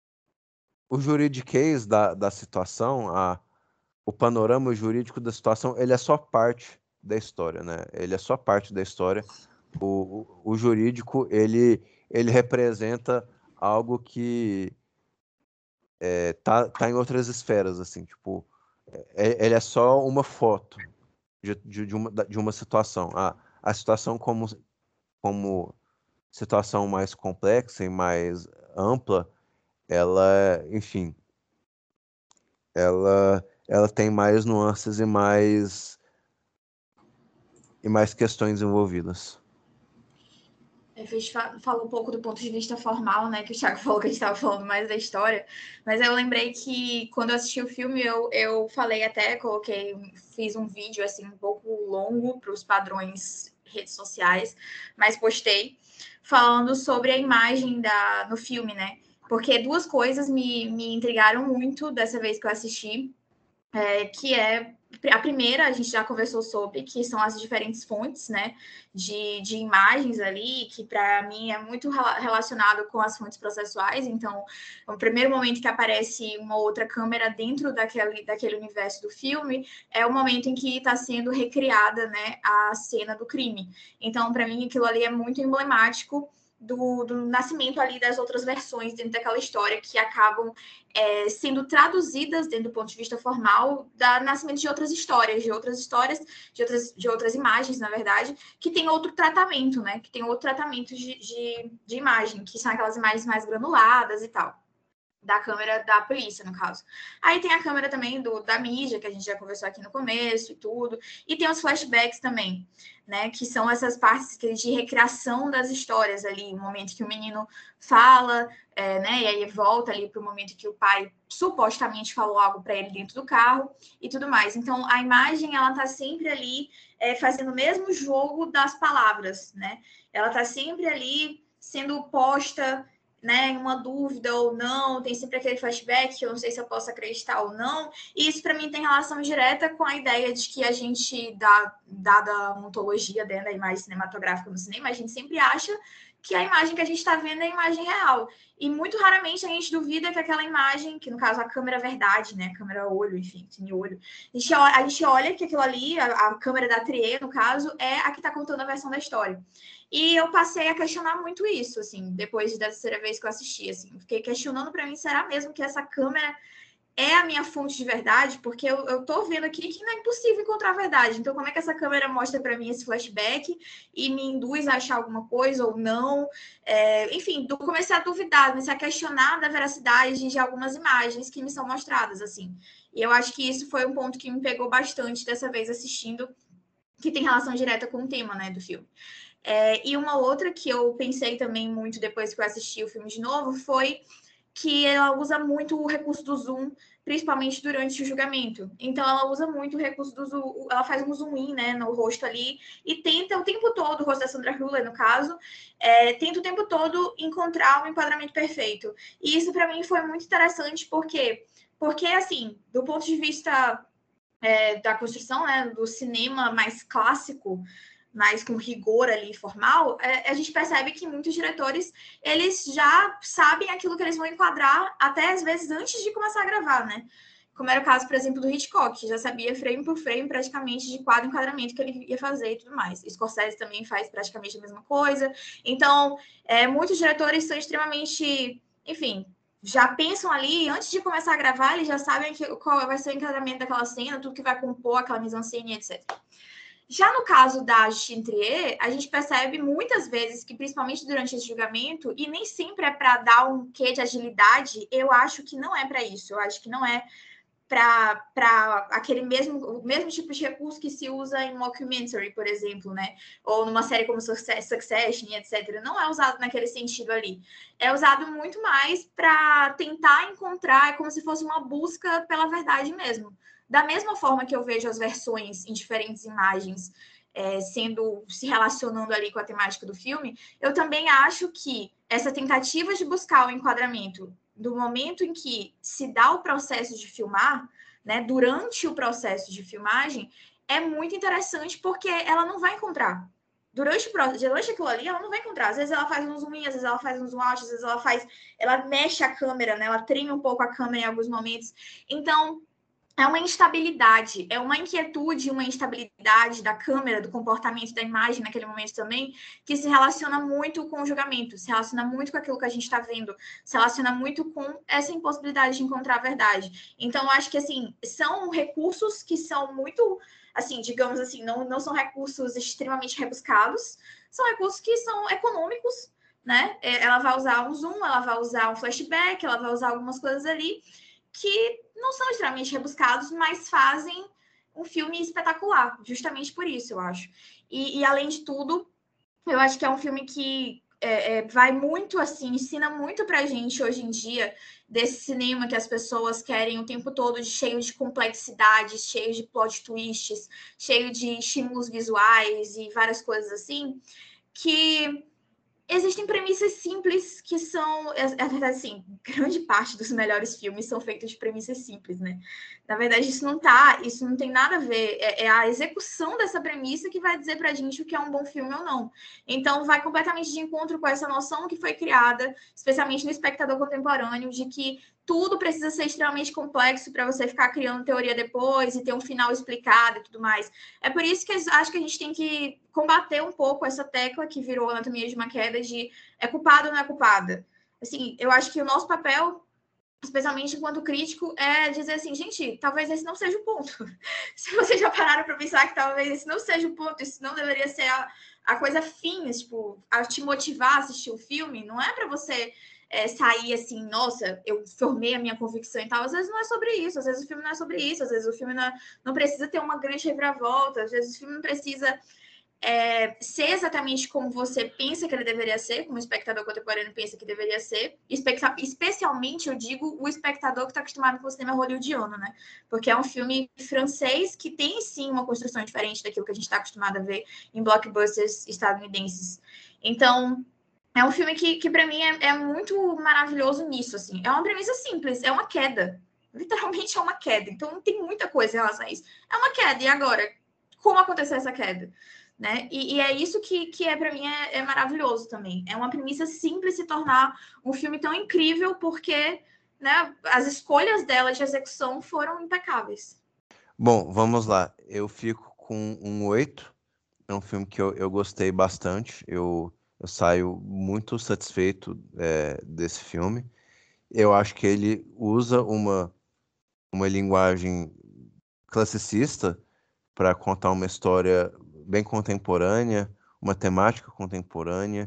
o juridiquês da, da situação, a, o panorama jurídico da situação, ele é só parte da história, né? Ele é só parte da história. O, o, o jurídico, ele, ele representa algo que é, tá, tá em outras esferas, assim, tipo, é- ele é só uma foto de, de, de uma, da- de uma situação. A, a situação como, como situação mais complexa e mais ampla, ela, enfim, ela, ela tem mais nuances e mais, e mais questões envolvidas. A gente fa- falou um pouco do ponto de vista formal, né? Que o Thiago falou que a gente estava falando mais da história. Mas eu lembrei que quando eu assisti o filme, eu, eu falei até, coloquei, fiz um vídeo assim um pouco longo para os padrões redes sociais, mas postei falando sobre a imagem da, no filme, né? Porque duas coisas me, me intrigaram muito dessa vez que eu assisti, é, que é a primeira, a gente já conversou sobre, que são as diferentes fontes, né, de, de imagens ali, que para mim é muito relacionado com as fontes processuais. Então, o primeiro momento que aparece uma outra câmera dentro daquele, daquele universo do filme é o momento em que está sendo recriada, né, a cena do crime. Então, para mim, aquilo ali é muito emblemático Do, do nascimento ali das outras versões dentro daquela história, que acabam é, sendo traduzidas dentro do ponto de vista formal do nascimento de outras histórias, de outras histórias, de outras, de outras imagens, na verdade, que tem outro tratamento, né? Que tem outro tratamento de, de, de imagem, que são aquelas imagens mais granuladas e tal. Da câmera da polícia, no caso. Aí tem a câmera também do, da mídia, que a gente já conversou aqui no começo e tudo. E tem os flashbacks também, né? Que são essas partes de recriação das histórias ali. O momento que o menino fala, é, né? E aí volta ali para o momento que o pai supostamente falou algo para ele dentro do carro e tudo mais. Então, a imagem, ela tá sempre ali é, fazendo o mesmo jogo das palavras, né? Ela tá sempre ali sendo posta, né, uma dúvida ou não, tem sempre aquele flashback que eu não sei se eu posso acreditar ou não, e isso para mim tem relação direta com a ideia de que a gente, da, dada a ontologia dentro da imagem cinematográfica no cinema, a gente sempre acha que a imagem que a gente está vendo é a imagem real, e muito raramente a gente duvida que aquela imagem, que no caso a câmera verdade, né, a câmera olho, enfim, cine-olho, a gente, olha, a gente olha que aquilo ali, a, a câmera da Trier, no caso, é a que está contando a versão da história. E eu passei a questionar muito isso, assim, depois da terceira vez que eu assisti, assim. Fiquei questionando para mim, será mesmo que essa câmera é a minha fonte de verdade? Porque eu, eu tô vendo aqui que não é impossível encontrar a verdade. Então, como é que essa câmera mostra para mim esse flashback e me induz a achar alguma coisa ou não? É, enfim, eu comecei a duvidar, comecei a questionar da veracidade de algumas imagens que me são mostradas, assim. E eu acho que isso foi um ponto que me pegou bastante dessa vez assistindo, que tem relação direta com o tema, né, do filme. É, e uma outra que eu pensei também muito depois que eu assisti o filme de novo foi que ela usa muito o recurso do zoom, principalmente durante o julgamento. Então, ela usa muito o recurso do zoom, ela faz um zoom in, né, no rosto ali, e tenta o tempo todo, o rosto da Sandra Hüller, no caso, é, tenta o tempo todo encontrar um enquadramento perfeito. E isso, para mim, foi muito interessante, porque, porque assim, do ponto de vista é, da construção, né, do cinema mais clássico, mais com rigor ali formal, é, a gente percebe que muitos diretores, eles já sabem aquilo que eles vão enquadrar até às vezes antes de começar a gravar, né? Como era o caso, por exemplo, do Hitchcock, que já sabia frame por frame praticamente de quadro enquadramento que ele ia fazer e tudo mais. Scorsese também faz praticamente a mesma coisa. Então, é, muitos diretores são extremamente, enfim, já pensam ali, antes de começar a gravar, eles já sabem que, qual vai ser o enquadramento daquela cena, tudo que vai compor aquela mise-en-scène, etcétera. Já no caso da Justine Trier, a gente percebe muitas vezes que, principalmente durante esse julgamento, e nem sempre é para dar um quê de agilidade, eu acho que não é para isso. Eu acho que não é para aquele mesmo, o mesmo tipo de recurso que se usa em mockumentary, por exemplo, né? Ou numa série como Succession, etcétera. Não é usado naquele sentido ali. É usado muito mais para tentar encontrar, é como se fosse uma busca pela verdade mesmo. Da mesma forma que eu vejo as versões em diferentes imagens é, sendo, se relacionando ali com a temática do filme, eu também acho que essa tentativa de buscar o enquadramento do momento em que se dá o processo de filmar, né, durante o processo de filmagem, é muito interessante porque ela não vai encontrar. Durante, durante aquilo ali, ela não vai encontrar. Às vezes ela faz um zoom in, às vezes ela faz um zoom out, às vezes ela faz... Ela mexe a câmera, né? Ela treme um pouco a câmera em alguns momentos. Então, é uma instabilidade, é uma inquietude, uma instabilidade da câmera, do comportamento da imagem naquele momento também, que se relaciona muito com o julgamento, se relaciona muito com aquilo que a gente está vendo, se relaciona muito com essa impossibilidade de encontrar a verdade. Então, eu acho que, assim, são recursos que são muito, assim, digamos assim, não, não são recursos extremamente rebuscados, são recursos que são econômicos, né? Ela vai usar um zoom, ela vai usar um flashback, ela vai usar algumas coisas ali, que não são extremamente rebuscados, mas fazem um filme espetacular, justamente por isso, eu acho. E, e além de tudo, eu acho que é um filme que é, é, vai muito, assim, ensina muito pra gente hoje em dia, desse cinema que as pessoas querem o tempo todo, de, cheio de complexidades, cheio de plot twists, cheio de estímulos visuais e várias coisas assim, que existem premissas simples que são, é, é verdade, assim, grande parte dos melhores filmes são feitos de premissas simples, né? Na verdade, isso não tá, isso não tem nada a ver, é, é a execução dessa premissa que vai dizer pra gente o que é um bom filme ou não. Então, vai completamente de encontro com essa noção que foi criada, especialmente no espectador contemporâneo, de que tudo precisa ser extremamente complexo para você ficar criando teoria depois e ter um final explicado e tudo mais. É por isso que acho que a gente tem que combater um pouco essa tecla que virou Anatomia de uma Queda de é culpado ou não é culpada. Assim, eu acho que o nosso papel, especialmente enquanto crítico, é dizer assim, gente, talvez esse não seja o ponto. Se vocês já pararam para pensar que talvez esse não seja o ponto, isso não deveria ser a, a coisa fim, tipo, a te motivar a assistir o filme, não é para você... É, sair assim, nossa, eu formei a minha convicção e tal. Às vezes não é sobre isso, às vezes o filme não é sobre isso, às vezes o filme não, é, não precisa ter uma grande reviravolta, às vezes o filme não precisa é, ser exatamente como você pensa que ele deveria ser, como o espectador contemporâneo pensa que deveria ser, Especta- especialmente, eu digo, o espectador que está acostumado com o cinema hollywoodiano, né? Porque é um filme francês que tem, sim, uma construção diferente daquilo que a gente está acostumado a ver em blockbusters estadunidenses. Então... É um filme que, que para mim, é, é muito maravilhoso nisso, assim. É uma premissa simples, é uma queda. Literalmente é uma queda. Então, não tem muita coisa em relação a isso. É uma queda. E agora? Como aconteceu essa queda? Né? E, e é isso que, que é, para mim, é, é maravilhoso também. É uma premissa simples se tornar um filme tão incrível porque, né, as escolhas dela de execução foram impecáveis. Bom, vamos lá. Eu fico com um oito. É um filme que eu, eu gostei bastante. Eu... Eu saio muito satisfeito é, desse filme. Eu acho que ele usa uma, uma linguagem classicista para contar uma história bem contemporânea, uma temática contemporânea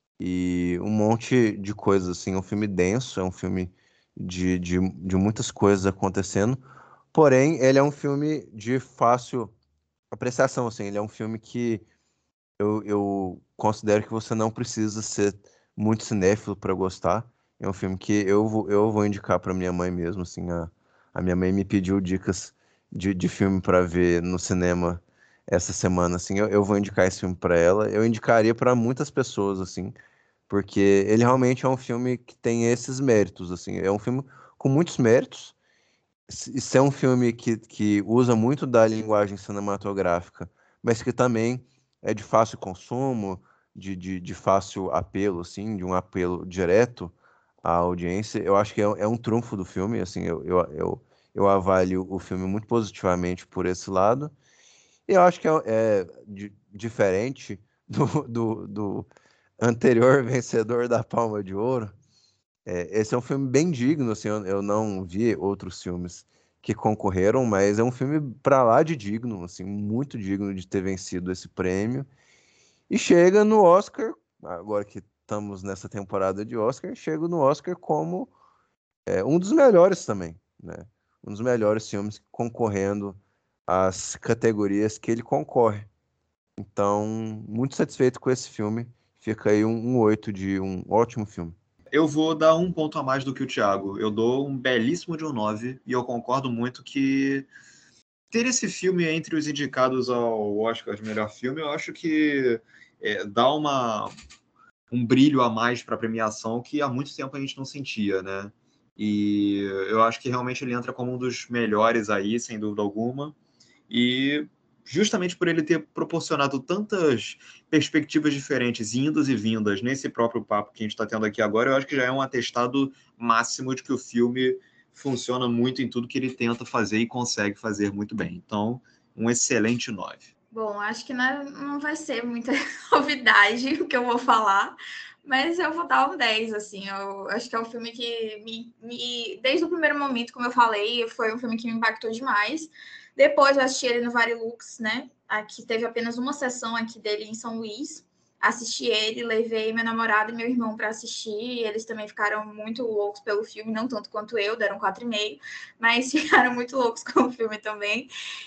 e um monte de coisas. Assim. É um filme denso, é um filme de, de, de muitas coisas acontecendo. Porém, ele é um filme de fácil apreciação. Assim. Ele é um filme que Eu, eu considero que você não precisa ser muito cinéfilo para gostar. É um filme que eu vou, eu vou indicar para minha mãe mesmo. Assim, a, a minha mãe me pediu dicas de, de filme para ver no cinema essa semana. Assim, eu, eu vou indicar esse filme para ela. Eu indicaria para muitas pessoas, assim, porque ele realmente é um filme que tem esses méritos. Assim, é um filme com muitos méritos. Isso é um filme que, que usa muito da linguagem cinematográfica, mas que também é de fácil consumo, de, de, de fácil apelo, assim, de um apelo direto à audiência. Eu acho que é, é um trunfo do filme, assim, eu, eu, eu, eu avalio o filme muito positivamente por esse lado. E eu acho que é, é di- diferente do, do, do anterior vencedor da Palma de Ouro. É, esse é um filme bem digno, assim, eu, eu não vi outros filmes que concorreram, mas é um filme para lá de digno, assim, muito digno de ter vencido esse prêmio. E chega no Oscar, agora que estamos nessa temporada de Oscar, chega no Oscar como é, um dos melhores também, né? Um dos melhores filmes concorrendo às categorias que ele concorre. Então, muito satisfeito com esse filme. Fica aí um, um oito de um ótimo filme. Eu vou dar um ponto a mais do que o Thiago. Eu dou um belíssimo de um nove e eu concordo muito que ter esse filme entre os indicados ao Oscar de melhor filme, eu acho que é, dá uma, um brilho a mais para a premiação que há muito tempo a gente não sentia, né? E eu acho que realmente ele entra como um dos melhores aí, sem dúvida alguma. E justamente por ele ter proporcionado tantas perspectivas diferentes, indas e vindas, nesse próprio papo que a gente está tendo aqui agora, eu acho que já é um atestado máximo de que o filme funciona muito em tudo que ele tenta fazer e consegue fazer muito bem. Então, um excelente nove. Bom, acho que não, não vai ser muita novidade o que eu vou falar, mas eu vou dar um dez, assim. Eu acho que é um filme que, me, me, desde o primeiro momento, como eu falei, foi um filme que me impactou demais. Depois eu assisti ele no Varilux, né? Aqui teve apenas uma sessão aqui dele em São Luís. Assisti ele, levei meu namorado e meu irmão para assistir. Eles também ficaram muito loucos pelo filme, não tanto quanto eu, deram quatro e meio, mas ficaram muito loucos com o filme também.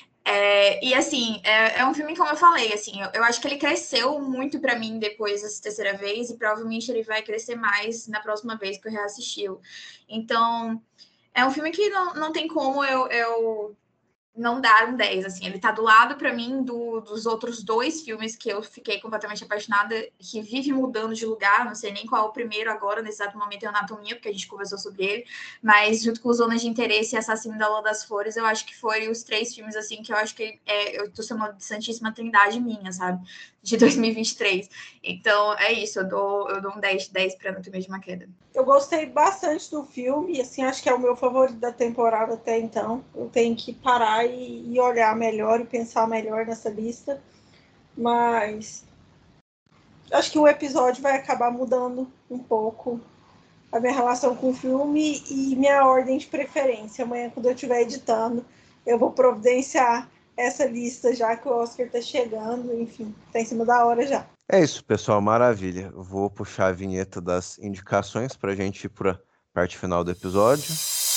É, e assim, é, é um filme, como eu falei, assim, eu, eu acho que ele cresceu muito para mim depois dessa terceira vez, e provavelmente ele vai crescer mais na próxima vez que eu reassisti. Então, é um filme que não, não tem como eu, eu não dar um dez, assim. Ele tá do lado, para mim, do, dos outros dois filmes que eu fiquei completamente apaixonada, que vive mudando de lugar, não sei nem qual é o primeiro agora, nesse exato momento é Anatomia, porque a gente conversou sobre ele, mas junto com Zonas de Interesse e Assassino da Lua das Flores, eu acho que foram os três filmes, assim, que eu acho que é, eu tô chamando de Santíssima Trindade minha, sabe? De dois mil e vinte e três. Então, é isso, eu dou, eu dou um dez de dez pra Anatomia de uma Queda. Eu gostei bastante do filme, e assim, acho que é o meu favorito da temporada até então. Eu tenho que parar e, e olhar melhor e pensar melhor nessa lista. Mas acho que o episódio vai acabar mudando um pouco a minha relação com o filme e minha ordem de preferência. Amanhã, quando eu estiver editando, eu vou providenciar essa lista, já que o Oscar está chegando, enfim, está em cima da hora já. É isso, pessoal, maravilha. Eu vou puxar a vinheta das indicações para a gente ir para a parte final do episódio.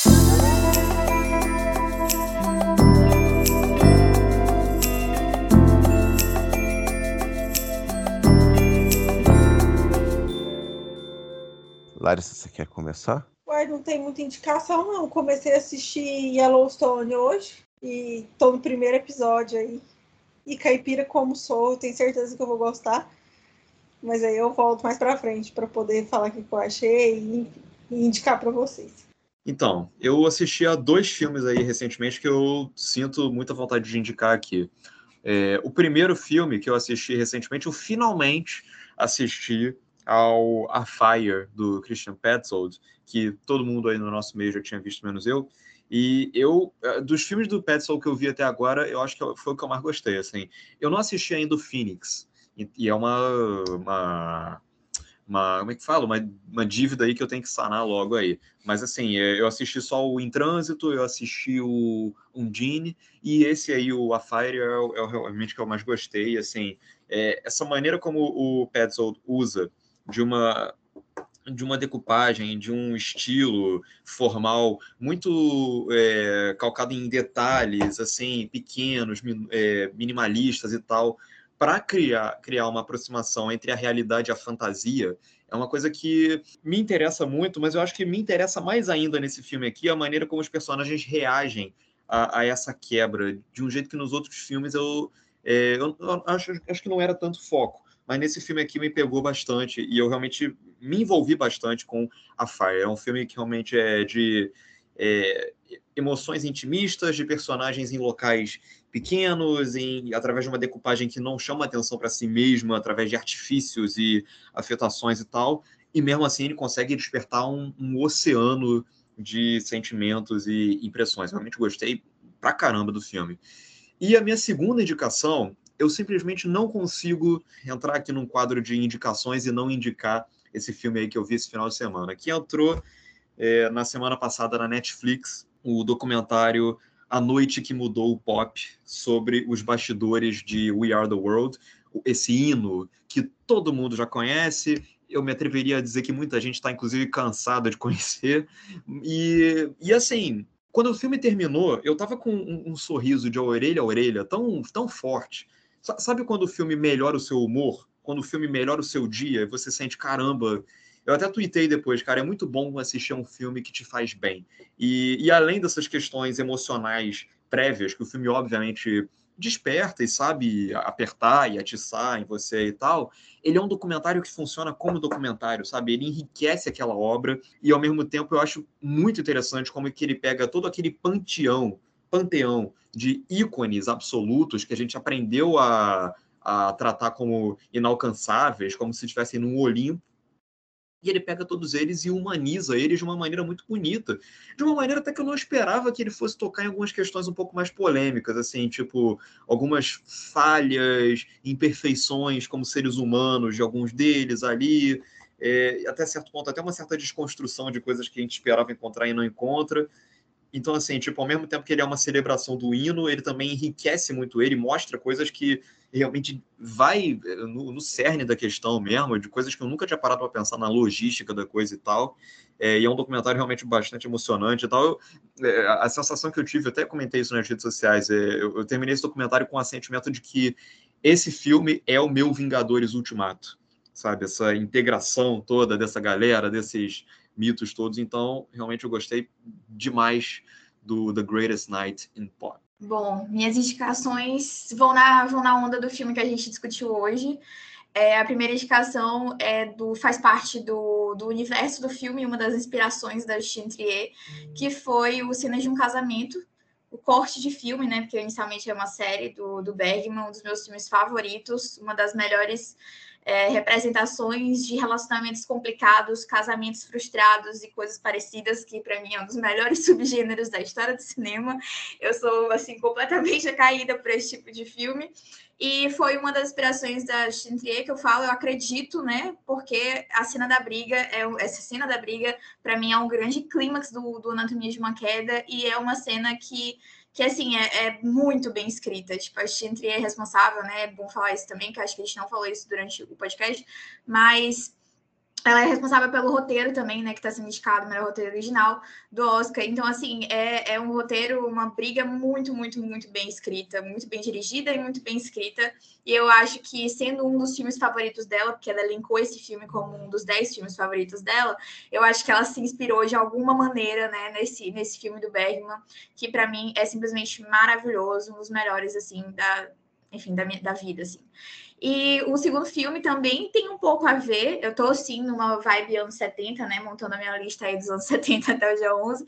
Larissa, você quer começar? Ué, não tem muita indicação, não. Comecei a assistir Yellowstone hoje e tô no primeiro episódio aí. E caipira como sou, eu tenho certeza que eu vou gostar. Mas aí eu volto mais pra frente para poder falar o que eu achei e, e indicar para vocês. Então, eu assisti a dois filmes aí recentemente que eu sinto muita vontade de indicar aqui. É, o primeiro filme que eu assisti recentemente, eu finalmente assisti ao A Fire, do Christian Petzold, que todo mundo aí no nosso meio já tinha visto, menos eu. E eu, dos filmes do Petzold que eu vi até agora, eu acho que foi o que eu mais gostei, assim. Eu não assisti ainda o Phoenix, e, e é uma, uma, uma, como é que fala? Uma, uma dívida aí que eu tenho que sanar logo aí. Mas, assim, eu assisti só o Em Trânsito, eu assisti o Undine, e esse aí, o A Fire, é, é realmente que eu mais gostei, assim. É, essa maneira como o Petzold usa de uma... de uma decupagem, de um estilo formal muito é, calcado em detalhes, assim, pequenos, é, minimalistas e tal, para criar, criar uma aproximação entre a realidade e a fantasia, é uma coisa que me interessa muito, mas eu acho que me interessa mais ainda nesse filme aqui a maneira como os personagens reagem a, a essa quebra, de um jeito que nos outros filmes eu, é, eu, eu acho, acho que não era tanto foco. Mas nesse filme aqui me pegou bastante e eu realmente me envolvi bastante com A Fire. É um filme que realmente é de é, emoções intimistas, de personagens em locais pequenos, em, através de uma decupagem que não chama atenção para si mesma, através de artifícios e afetações e tal. E mesmo assim ele consegue despertar um, um oceano de sentimentos e impressões. Eu realmente gostei pra caramba do filme. E a minha segunda indicação... eu simplesmente não consigo entrar aqui num quadro de indicações e não indicar esse filme aí que eu vi esse final de semana, que entrou é, na semana passada na Netflix, o documentário A Noite que Mudou o Pop, sobre os bastidores de We Are the World, esse hino que todo mundo já conhece, eu me atreveria a dizer que muita gente está, inclusive, cansada de conhecer, e, e assim... quando o filme terminou, eu tava com um, um sorriso de orelha a orelha tão, tão forte. Sabe quando o filme melhora o seu humor? Quando o filme melhora o seu dia e você sente, caramba... Eu até tuitei depois, cara, é muito bom assistir a um filme que te faz bem. E, e além dessas questões emocionais prévias, que o filme obviamente desperta e sabe apertar e atiçar em você e tal, ele é um documentário que funciona como documentário, sabe? Ele enriquece aquela obra e, ao mesmo tempo, eu acho muito interessante como que ele pega todo aquele panteão, panteão de ícones absolutos que a gente aprendeu a, a tratar como inalcançáveis, como se estivessem num Olimpo, e ele pega todos eles e humaniza eles de uma maneira muito bonita. De uma maneira até que eu não esperava que ele fosse tocar em algumas questões um pouco mais polêmicas, assim, tipo, algumas falhas, imperfeições como seres humanos de alguns deles ali, é, até certo ponto, até uma certa desconstrução de coisas que a gente esperava encontrar e não encontra. Então, assim, tipo, ao mesmo tempo que ele é uma celebração do hino, ele também enriquece muito ele, mostra coisas que realmente vai no, no cerne da questão mesmo, de coisas que eu nunca tinha parado para pensar na logística da coisa e tal. É, e é um documentário realmente bastante emocionante e tal. Eu, é, a sensação que eu tive, eu até comentei isso nas redes sociais, é, eu, eu terminei esse documentário com o sentimento de que esse filme é o meu Vingadores Ultimato, sabe? Essa integração toda dessa galera, desses mitos todos. Então, realmente eu gostei demais do The Greatest Night in Pop. Bom, minhas indicações vão na, vão na onda do filme que a gente discutiu hoje. É, a primeira indicação é do, faz parte do, do universo do filme, uma das inspirações da Justine Triet, que foi o Cenas de um Casamento, o corte de filme, né? Porque inicialmente é uma série do, do Bergman, um dos meus filmes favoritos, uma das melhores é, representações de relacionamentos complicados, casamentos frustrados e coisas parecidas, que para mim é um dos melhores subgêneros da história do cinema. Eu sou assim completamente caída por esse tipo de filme. E foi uma das inspirações da Justine Triet que eu falo, eu acredito, né? Porque a cena da briga, é, essa cena da briga, para mim, é um grande clímax do, do Anatomia de uma Queda, e é uma cena que, que assim, é, é muito bem escrita. Tipo, a Justine Triet é responsável, né? É bom falar isso também, que eu acho que a gente não falou isso durante o podcast, mas ela é responsável pelo roteiro também, né, que está sendo indicado o melhor roteiro original do Oscar. Então, assim, é, é um roteiro, uma briga muito, muito, muito bem escrita, muito bem dirigida e muito bem escrita. E eu acho que, sendo um dos filmes favoritos dela, porque ela elencou esse filme como um dos dez filmes favoritos dela, eu acho que ela se inspirou de alguma maneira, né, nesse, nesse filme do Bergman, que para mim é simplesmente maravilhoso, um dos melhores, assim, da, enfim, da, minha, da vida, assim. E o segundo filme também tem um pouco a ver. Eu tô, sim, numa vibe anos setenta, né? Montando a minha lista aí dos anos setenta até o dia onze.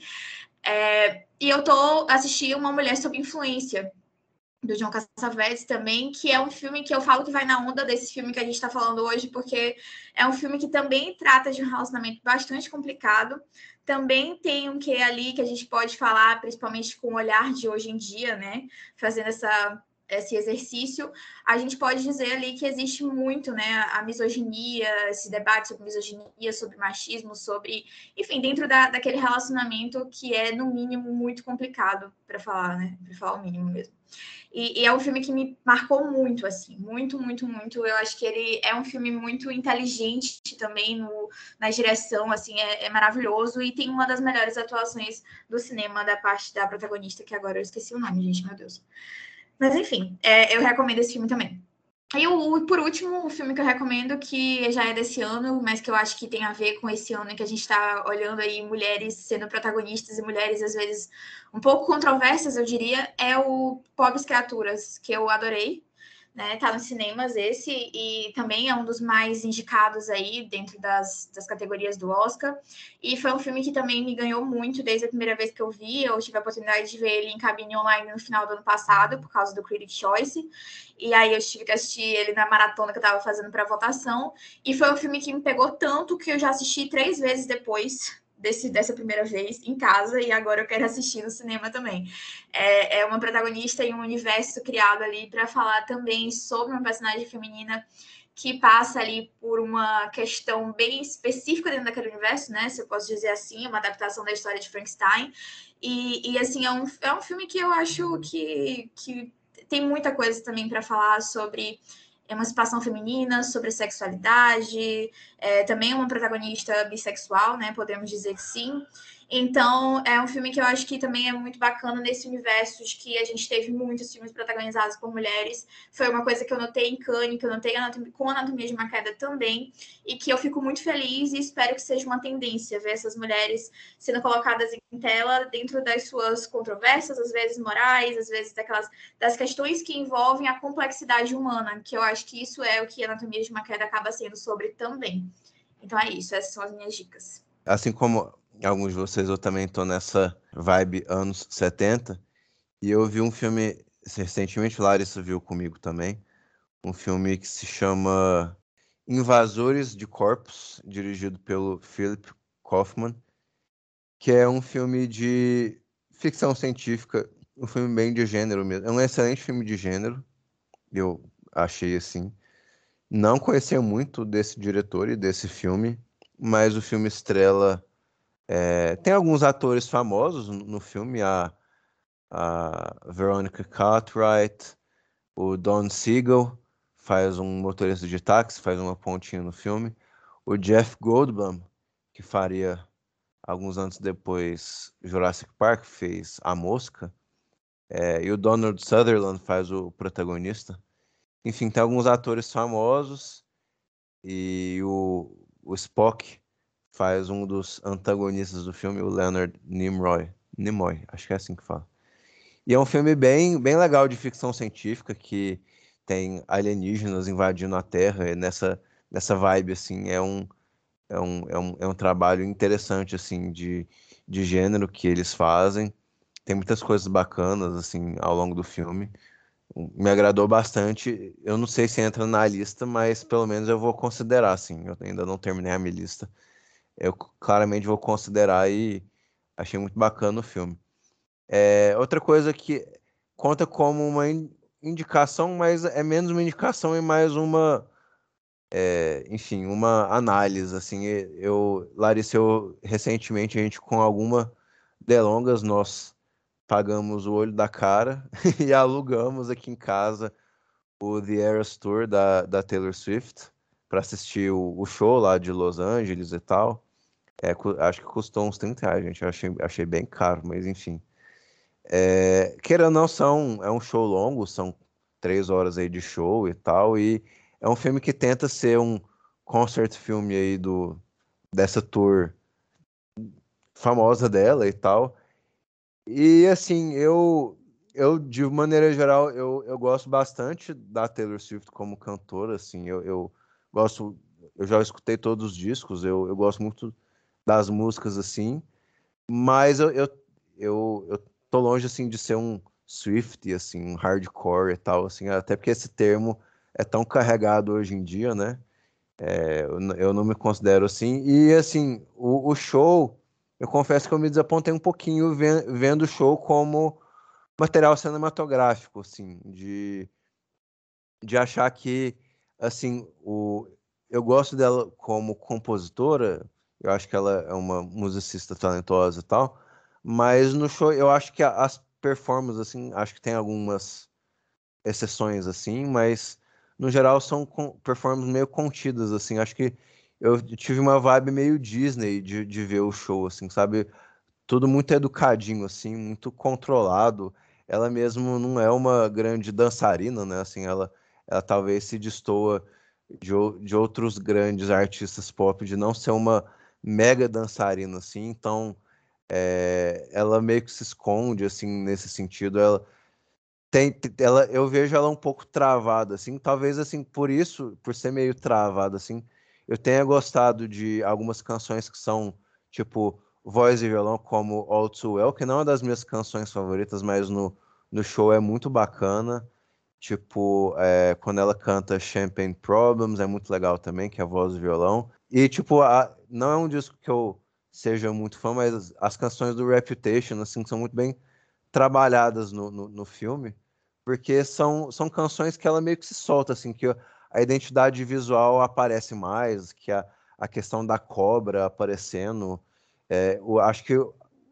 É, e eu tô assistindo Uma Mulher Sob Influência, do John Cassavetes também, que é um filme que eu falo que vai na onda desse filme que a gente tá falando hoje, porque é um filme que também trata de um relacionamento bastante complicado. Também tem um que ali que a gente pode falar, principalmente com o olhar de hoje em dia, né? Fazendo essa... esse exercício, a gente pode dizer ali que existe muito, né, a misoginia, esse debate sobre misoginia, sobre machismo, sobre, enfim, dentro da, daquele relacionamento que é, no mínimo, muito complicado para falar, né, para falar o mínimo mesmo. E, e é um filme que me marcou muito, assim, muito, muito, muito. Eu acho que ele é um filme muito inteligente também no, na direção, assim, é, é maravilhoso e tem uma das melhores atuações do cinema da parte da protagonista, que agora eu esqueci o nome, gente, meu Deus. Mas, enfim, é, eu recomendo esse filme também. E, o, por último, o filme que eu recomendo, que já é desse ano, mas que eu acho que tem a ver com esse ano que a gente está olhando aí mulheres sendo protagonistas e mulheres, às vezes, um pouco controversas, eu diria, é o Pobres Criaturas, que eu adorei. Né, tá nos cinemas esse, e também é um dos mais indicados aí dentro das, das categorias do Oscar, e foi um filme que também me ganhou muito desde a primeira vez que eu vi. Eu tive a oportunidade de ver ele em cabine online no final do ano passado, por causa do Critics' Choice, e aí eu tive que assistir ele na maratona que eu tava fazendo para votação, e foi um filme que me pegou tanto que eu já assisti três vezes depois Desse, dessa primeira vez em casa, e agora eu quero assistir no cinema também. É, é uma protagonista em um universo criado ali para falar também sobre uma personagem feminina que passa ali por uma questão bem específica dentro daquele universo, né? Se eu posso dizer assim, uma adaptação da história de Frankenstein. E, e assim, é um, é um filme que eu acho que, que tem muita coisa também para falar sobre emancipação feminina, sobre sexualidade, é, também uma protagonista bissexual, né? Podemos dizer que sim. Então, é um filme que eu acho que também é muito bacana nesse universo de que a gente teve muitos filmes protagonizados por mulheres. Foi uma coisa que eu notei em Cannes, que eu notei com Anatomia de uma Queda também, e que eu fico muito feliz e espero que seja uma tendência ver essas mulheres sendo colocadas em tela dentro das suas controvérsias, às vezes morais, às vezes daquelas das questões que envolvem a complexidade humana, que eu acho que isso é o que Anatomia de uma Queda acaba sendo sobre também. Então é isso, essas são as minhas dicas. Assim como alguns de vocês, eu também tô nessa vibe anos setenta, e eu vi um filme recentemente, Larissa viu comigo também, um filme que se chama Invasores de Corpos, dirigido pelo Philip Kaufman, que é um filme de ficção científica, um filme bem de gênero mesmo. É um excelente filme de gênero, eu achei assim. Não conhecia muito desse diretor e desse filme, mas o filme estrela... É, tem alguns atores famosos no, no filme, a, a Veronica Cartwright, o Don Siegel, faz um motorista de táxi, faz uma pontinha no filme, o Jeff Goldblum, que faria, alguns anos depois, Jurassic Park, fez A Mosca, é, e o Donald Sutherland faz o protagonista. Enfim, tem alguns atores famosos, e o, o Spock faz um dos antagonistas do filme, o Leonard Nimoy. Nimoy, acho que é assim que fala. E é um filme bem, bem legal de ficção científica, que tem alienígenas invadindo a Terra, e nessa, nessa vibe, assim, é um, é um, é um, é um trabalho interessante, assim, de, de gênero que eles fazem. Tem muitas coisas bacanas, assim, ao longo do filme. Me agradou bastante. Eu não sei se entra na lista, mas pelo menos eu vou considerar, assim. Eu ainda não terminei a minha lista. Eu claramente vou considerar e achei muito bacana o filme. É, outra coisa que conta como uma in- indicação, mas é menos uma indicação e mais uma, é, enfim, uma análise, assim. E Eu, Larissa, eu, recentemente, a gente com alguma delongas, nós pagamos o olho da cara e alugamos aqui em casa o The Eras Tour da, da Taylor Swift para assistir o, o show lá de Los Angeles e tal. É, cu- acho que custou uns trinta reais, gente. Eu achei, achei bem caro, mas enfim. É, queira ou não, são, é um show longo, são três horas aí de show e tal, e é um filme que tenta ser um concert filme aí do, dessa tour famosa dela e tal. E assim, eu, eu de maneira geral, eu, eu gosto bastante da Taylor Swift como cantora, assim, eu, eu gosto, eu já escutei todos os discos, eu, eu gosto muito das músicas, assim, mas eu, eu, eu, eu tô longe, assim, de ser um Swiftie, assim, um hardcore e tal, assim, até porque esse termo é tão carregado hoje em dia, né? É, eu, n- eu não me considero assim. E, assim, o, o show, eu confesso que eu me desapontei um pouquinho ve- vendo o show como material cinematográfico, assim, de, de achar que, assim, o, eu gosto dela como compositora, eu acho que ela é uma musicista talentosa e tal, mas no show eu acho que a- as performances, assim, acho que tem algumas exceções, assim, mas no geral são com- performances meio contidas, assim, acho que eu tive uma vibe meio Disney de, de ver o show, assim, sabe? Tudo muito educadinho, assim, muito controlado. Ela mesmo não é uma grande dançarina, né? Assim, ela, ela talvez se destoa de, ou- de outros grandes artistas pop de não ser uma mega dançarina, assim. Então, é, ela meio que se esconde, assim, nesse sentido. Ela tem, te- ela, eu vejo ela um pouco travada, assim. Talvez, assim, por isso, por ser meio travada, assim, eu tenha gostado de algumas canções que são, tipo, voz e violão, como All Too Well, que não é uma das minhas canções favoritas, mas no, no show é muito bacana. Tipo, é, quando ela canta Champagne Problems, é muito legal também, que é a voz e violão. E, tipo, a- não é um disco que eu seja muito fã, mas as canções do Reputation, assim, são muito bem trabalhadas no, no, no filme, porque são, são canções que ela meio que se solta, assim, que a identidade visual aparece mais, que a, a questão da cobra aparecendo. É, eu acho que,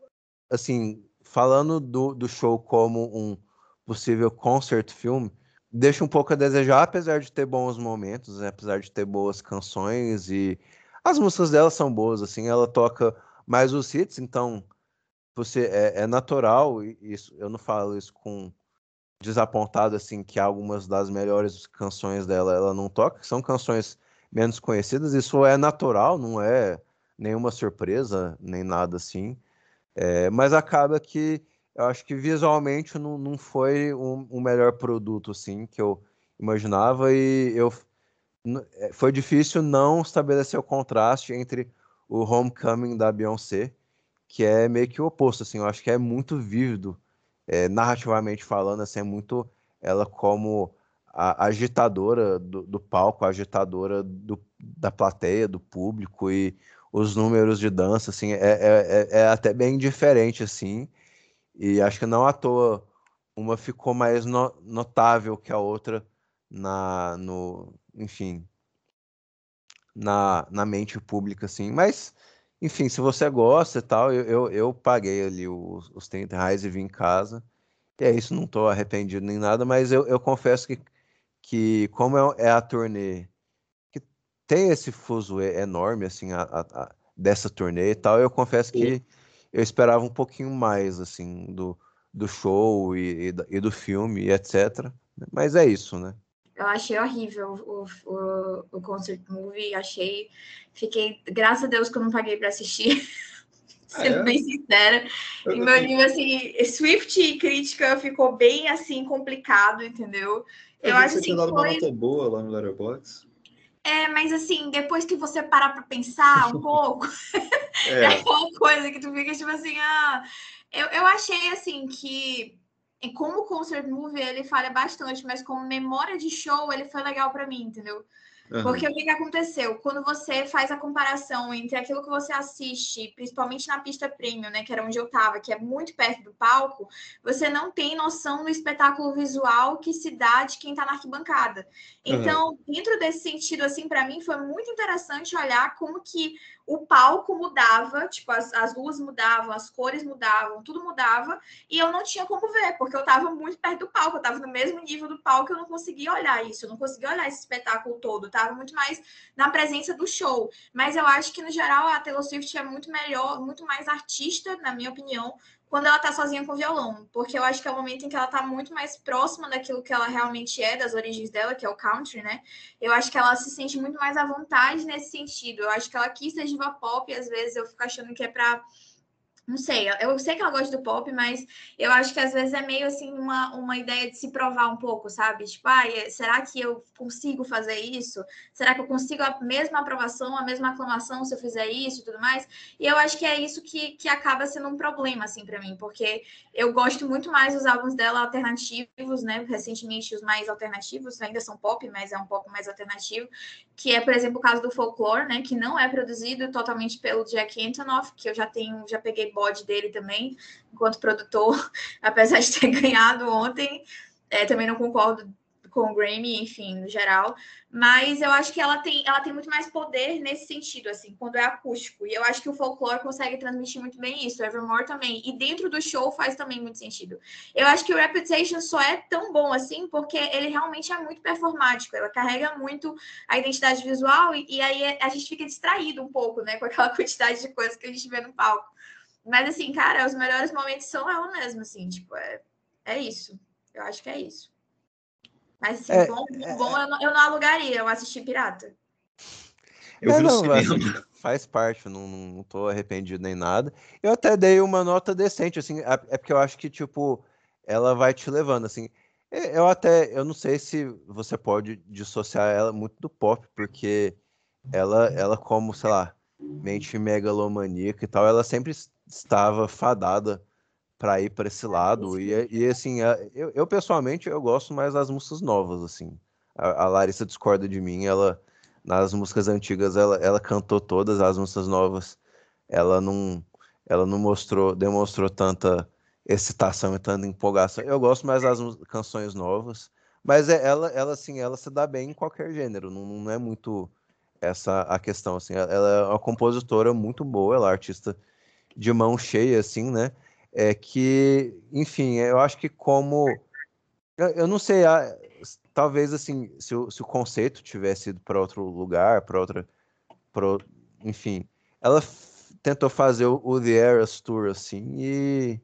assim, falando do, do show como um possível concert film, deixa um pouco a desejar, apesar de ter bons momentos, né, apesar de ter boas canções e as músicas dela são boas, assim, ela toca mais os hits, então você é, é natural, e isso, eu não falo isso com desapontado, assim, que algumas das melhores canções dela ela não toca, que são canções menos conhecidas, isso é natural, não é nenhuma surpresa, nem nada assim. É, mas acaba que eu acho que visualmente não, não foi o, o melhor produto, assim, que eu imaginava, e eu n- é, foi difícil não estabelecer o contraste entre o Homecoming da Beyoncé, que é meio que o oposto, assim, eu acho que é muito vívido, é, narrativamente falando, assim, é muito ela como a agitadora do, do palco, a agitadora do, da plateia, do público, e os números de dança, assim, é, é, é é até bem diferente, assim, e acho que não à toa uma ficou mais no- notável que a outra na, no, enfim, na, na mente pública, assim. Mas, enfim, se você gosta e tal, eu, eu, eu paguei ali os, os trinta reais e vim em casa. E é isso, não tô arrependido nem nada, mas eu, eu confesso que, que como é, é a turnê, que tem esse fuso e- enorme, assim, a, a- a- dessa turnê e tal, eu confesso que eu esperava um pouquinho mais, assim, do, do show e, e, da- e do filme e etcétera. Mas é isso, né? Eu achei horrível o, o, o concert movie, achei. Fiquei, graças a Deus que eu não paguei para assistir. Ah, sendo é? bem sincera. Eu- E meu nível, assim, Swift e crítica ficou bem, assim, complicado, entendeu? Eu Eu vi que acho, você tinha assim, dado uma foi... nota boa lá no Letterboxd. É, mas, assim, depois que você parar pra pensar um pouco, é É, aquela coisa que tu fica, tipo assim, ah... Eu, eu achei, assim, que... Como concert movie, ele falha bastante, mas como memória de show, ele foi legal pra mim, entendeu? Porque aham. o que, que aconteceu? Quando você faz a comparação entre aquilo que você assiste, principalmente na pista premium, né, que era onde eu tava, que é muito perto do palco, você não tem noção do espetáculo visual que se dá de quem tá na arquibancada. Aham. Então, dentro desse sentido, assim, para mim foi muito interessante olhar como que o palco mudava, tipo, as, as luzes mudavam, as cores mudavam, tudo mudava, e eu não tinha como ver, porque eu tava muito perto do palco, eu tava no mesmo nível do palco, eu não conseguia olhar isso, eu não conseguia olhar esse espetáculo todo, tava muito mais na presença do show. Mas eu acho que, no geral, a Taylor Swift é muito melhor, muito mais artista, na minha opinião, quando ela tá sozinha com o violão, porque eu acho que é o momento em que ela tá muito mais próxima daquilo que ela realmente é, das origens dela, que é o country, né? Eu acho que ela se sente muito mais à vontade nesse sentido. Eu acho que ela quis ser diva pop, e às vezes eu fico achando que é pra... Não sei, eu sei que ela gosta do pop, mas eu acho que às vezes é meio assim uma, uma ideia de se provar um pouco, sabe? Tipo, ah, será que eu consigo fazer isso? Será que eu consigo a mesma aprovação, a mesma aclamação se eu fizer isso e tudo mais? E eu acho que é isso que, que acaba sendo um problema, assim, pra mim, porque eu gosto muito mais dos álbuns dela alternativos, né? Recentemente, os mais alternativos, ainda são pop, mas é um pop mais alternativo, que é, por exemplo, o caso do Folklore, né? Que não é produzido totalmente pelo Jack Antonoff, que eu já tenho, já peguei bode dele também, enquanto produtor, apesar de ter ganhado ontem. É, também não concordo com o Grammy, enfim, no geral. Mas eu acho que ela tem, ela tem muito mais poder nesse sentido, assim, quando é acústico. E eu acho que o Folklore consegue transmitir muito bem isso, o Evermore também. E dentro do show faz também muito sentido. Eu acho que o Reputation só é tão bom assim porque ele realmente é muito performático. Ela carrega muito a identidade visual e, e aí a gente fica distraído um pouco, né, com aquela quantidade de coisas que a gente vê no palco. Mas, assim, cara, os melhores momentos são ela mesma, assim, tipo, é, é isso. Eu acho que é isso. Mas, assim, É, bom, bom, é, bom, eu não, eu não alugaria, eu assisti pirata. Eu é, vi no não, assim, cinema. faz parte, eu não, não tô arrependido nem nada. Eu até dei uma nota decente, assim, é é porque eu acho que, tipo, ela vai te levando, assim. É, Eu até, eu não sei se você pode dissociar ela muito do pop, porque ela, ela como, sei lá, mente megalomaníaca e tal, ela sempre es- estava fadada para ir para esse lado. E, e assim, a- eu, eu pessoalmente eu gosto mais das músicas novas, assim. A, a Larissa discorda de mim, ela nas músicas antigas ela, ela cantou todas as músicas novas. Ela não ela não mostrou, demonstrou tanta excitação e tanta empolgação. Eu gosto mais das mus- canções novas, mas é, ela ela assim, ela se dá bem em qualquer gênero, não, não é muito essa a questão assim. Ela ela é uma compositora muito boa, ela é artista de mão cheia, assim, né? É que, enfim, eu acho que como. Eu, eu não sei, ah, talvez assim, se o, se o conceito tivesse ido para outro lugar, para outra. Pra, enfim, ela f- tentou fazer o, o The Eras Tour, assim, e.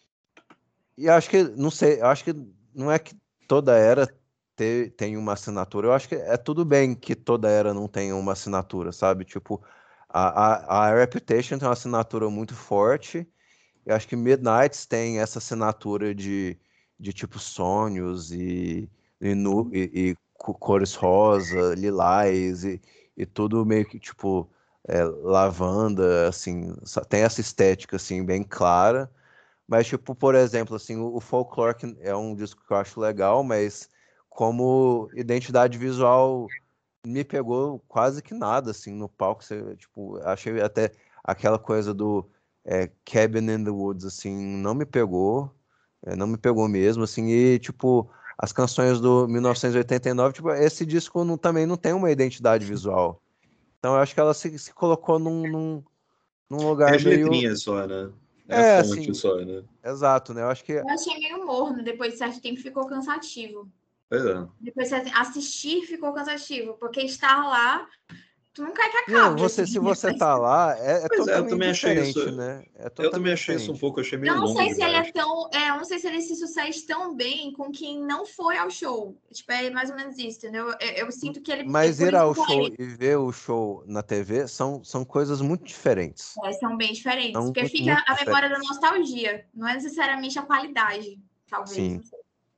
E acho que, não sei, eu acho que não é que toda era ter, tem uma assinatura, eu acho que é tudo bem que toda era não tenha uma assinatura, sabe? Tipo, a, a, a Reputation tem uma assinatura muito forte. Eu acho que Midnights tem essa assinatura de, de tipo sonhos e, e, nu- e- e co- cores rosa, lilás e, e tudo meio que tipo é, lavanda, assim, só- tem essa estética assim bem clara. Mas tipo, por exemplo, assim, o, o Folklore que é um disco que eu acho legal, mas como identidade visual me pegou quase que nada, assim, no palco. Você, tipo, achei até aquela coisa do é, Cabin in the Woods, assim, não me pegou, é, não me pegou mesmo, assim, e, tipo, as canções do mil novecentos e oitenta e nove, tipo, esse disco não, também não tem uma identidade visual. Então, eu acho que ela se, se colocou num, num, num É lugar as meio... letrinhas só, né? É a É, fonte assim, só, né? exato, né? Eu acho que Eu achei meio morno, depois de certo tempo ficou cansativo. Pois é. Depois de assistir ficou cansativo, porque estar lá Tu não quer que Não, acabe. você, assim, se né? você tá lá, é, é Pois é, eu totalmente também achei diferente, isso. né? É Eu totalmente também achei isso um diferente. pouco, achei meio Eu não longo sei se ele demais. é tão. É, eu não sei se ele se sucede tão bem com quem não foi ao show. Tipo, é mais ou menos isso, entendeu? Eu, eu sinto que ele. Mas Por ir isso que ao eu show falei. e ver o show na T V são, são coisas muito diferentes. É, são bem diferentes. São Porque muito, fica muito a memória da diferentes. nostalgia. Não é necessariamente a qualidade, talvez. Sim. Não sei.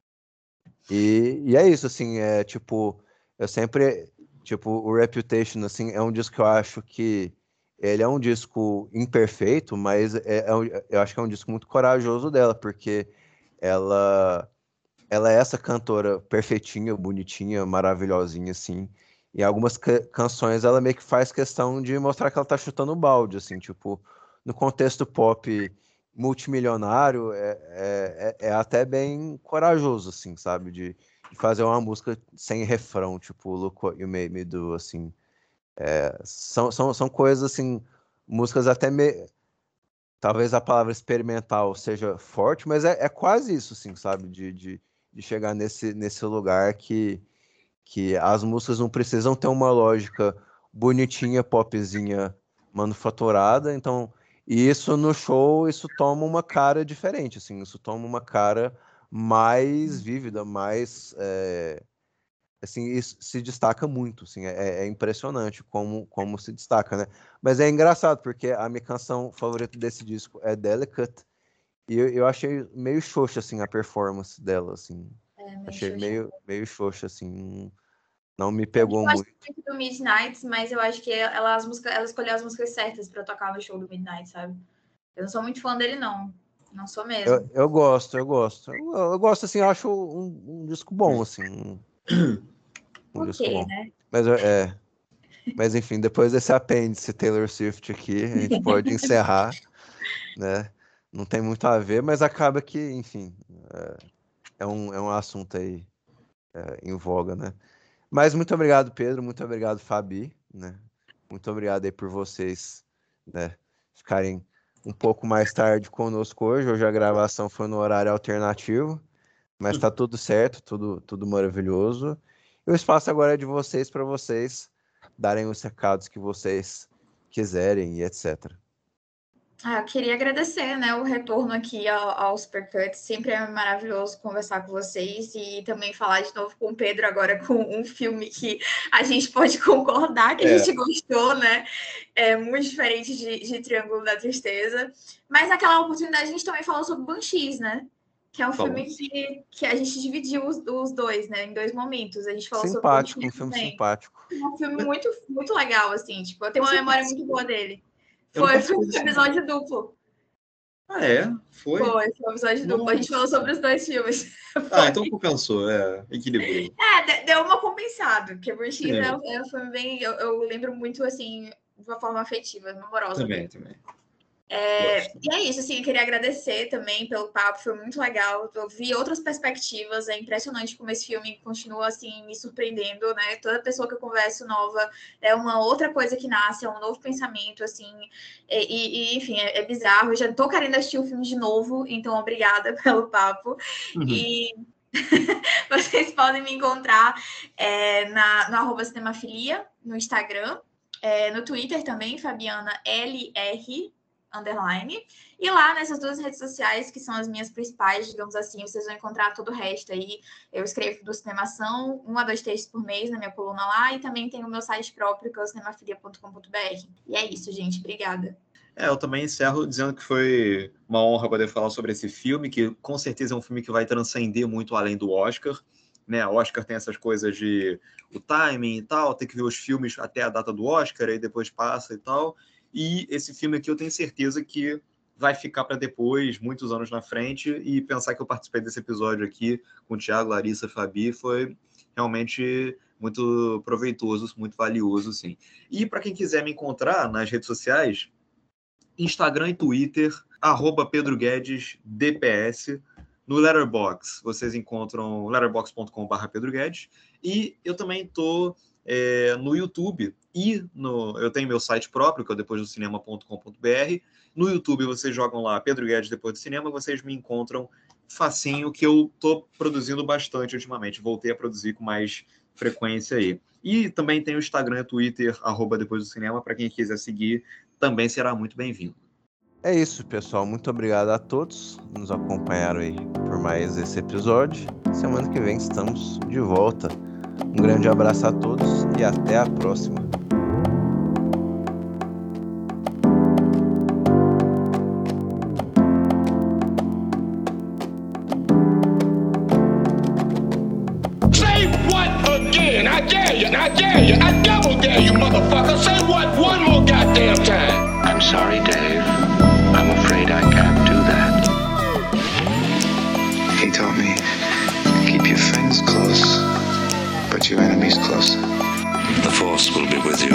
E, e é isso, assim, é tipo, eu sempre, tipo, o Reputation, assim, é um disco que eu acho que ele é um disco imperfeito, mas é, é um- eu acho que é um disco muito corajoso dela, porque ela, ela é essa cantora perfeitinha, bonitinha, maravilhosinha, assim, e algumas ca- canções ela meio que faz questão de mostrar que ela tá chutando o balde, assim, tipo, no contexto pop multimilionário, é, é, é é até bem corajoso, assim, sabe? De, de fazer uma música sem refrão, tipo, Look What You Made Me Do, assim. É, são, são, são coisas, assim, músicas até me... Talvez a palavra experimental seja forte, mas é, é quase isso, assim, sabe? De, de, de chegar nesse, nesse lugar que, que as músicas não precisam ter uma lógica bonitinha, popzinha, manufaturada, então, e isso no show, isso toma uma cara diferente, assim, isso toma uma cara mais vívida, mais, é, assim, isso se destaca muito, assim, é, é impressionante como, como se destaca, né? Mas é engraçado, porque a minha canção favorita desse disco é Delicate, e eu, eu achei meio xoxa, assim, a performance dela, assim, É, meio achei xoxinho. meio, meio xoxa, assim, não me Eu pegou gosto muito. muito do Midnight, mas eu acho que ela, as músicas, ela escolheu as músicas certas pra tocar no show do Midnight, sabe? Eu não sou muito fã dele, não. Não sou mesmo. Eu, eu gosto, eu gosto. Eu, eu gosto, assim, eu acho um, um disco bom, assim, um, um disco Ok, bom. né? Mas, eu- é, mas, enfim, depois desse apêndice Taylor Swift aqui, a gente pode encerrar, né? Não tem muito a ver, mas acaba que, enfim, é um, é um assunto aí é, em voga, né? Mas muito obrigado, Pedro, muito obrigado, Fabi, né? Muito obrigado aí por vocês, né, ficarem um pouco mais tarde conosco hoje. Hoje a gravação foi no horário alternativo. Mas tá tudo certo, tudo, tudo maravilhoso. E o espaço agora é de vocês para vocês darem os recados que vocês quiserem e etcétera. Ah, eu queria agradecer, né, o retorno aqui ao, ao Supercut. Sempre é maravilhoso conversar com vocês e também falar de novo com o Pedro agora com um filme que a gente pode concordar que a É. gente gostou, né? É muito diferente de, de Triângulo da Tristeza. Mas naquela oportunidade a gente também falou sobre Banshees, né? Que é um Falou. filme que, que a gente dividiu os, os dois, né? Em dois momentos. A gente falou sobre Simpático, um Banshees filme também. simpático. É um filme muito, muito legal, assim. Tipo, eu tenho uma Você memória participou? muito boa dele. Eu não Foi, foi participei um desse, não. episódio duplo. Ah, é? Foi? Foi, foi um episódio duplo. A gente falou Nossa. sobre os dois filmes. Ah, então compensou, é, equilibrou. É, de- deu uma compensada, porque Banshees Sim. é, é um filme bem. Eu, eu lembro muito, assim, de uma forma afetiva, memorosa. Também, também. É, Gosto. e é isso, assim, eu queria agradecer também pelo papo, foi muito legal. Eu vi outras perspectivas, é impressionante como esse filme continua, assim, me surpreendendo, né? Toda pessoa que eu converso nova é uma outra coisa que nasce, é um novo pensamento, assim, e, e enfim, é, é bizarro. Eu já tô querendo assistir o filme de novo, então obrigada pelo papo. Uhum. E vocês podem me encontrar é, na, no arroba Cinemafilia, no Instagram, é, no Twitter também, Fabiana L R underline. E lá nessas duas redes sociais, que são as minhas principais, digamos assim, vocês vão encontrar todo o resto aí. Eu escrevo do Cinemação, um a dois textos por mês na minha coluna lá, e também tem o meu site próprio, que é o cinemafilia ponto com ponto b r. E é isso, gente. Obrigada. É, eu também encerro dizendo que foi uma honra poder falar sobre esse filme, que com certeza é um filme que vai transcender muito além do Oscar, né? O Oscar tem essas coisas de o timing e tal, tem que ver os filmes até a data do Oscar, aí depois passa e tal. E esse filme aqui eu tenho certeza que vai ficar para depois, muitos anos na frente, e pensar que eu participei desse episódio aqui com o Thiago, Larissa, Fabi, foi realmente muito proveitoso, muito valioso, sim. E para quem quiser me encontrar nas redes sociais, Instagram e Twitter, arroba Pedro Guedes, D P S. No Letterboxd, vocês encontram letterboxd ponto com barra Pedro Guedes. E eu também estou é, no YouTube e no, eu tenho meu site próprio, que é depois do cinema ponto com ponto b r. No YouTube vocês jogam lá Pedro Guedes Depois do Cinema, vocês me encontram facinho, que eu estou produzindo bastante ultimamente. Voltei a produzir com mais frequência aí. E também tem o Instagram e Twitter, arroba Depois do Cinema, para quem quiser seguir, também será muito bem-vindo. É isso, pessoal. Muito obrigado a todos que nos acompanharam aí por mais esse episódio. Semana que vem estamos de volta. Um grande abraço a todos e até a próxima. Say what again? I dare you, I dare you, I double dare you, motherfucker. Say what one more goddamn time. I'm sorry, Dave. I'm afraid I can't do that. He taught me, keep your friends close, but your enemies closer. The Force will be with you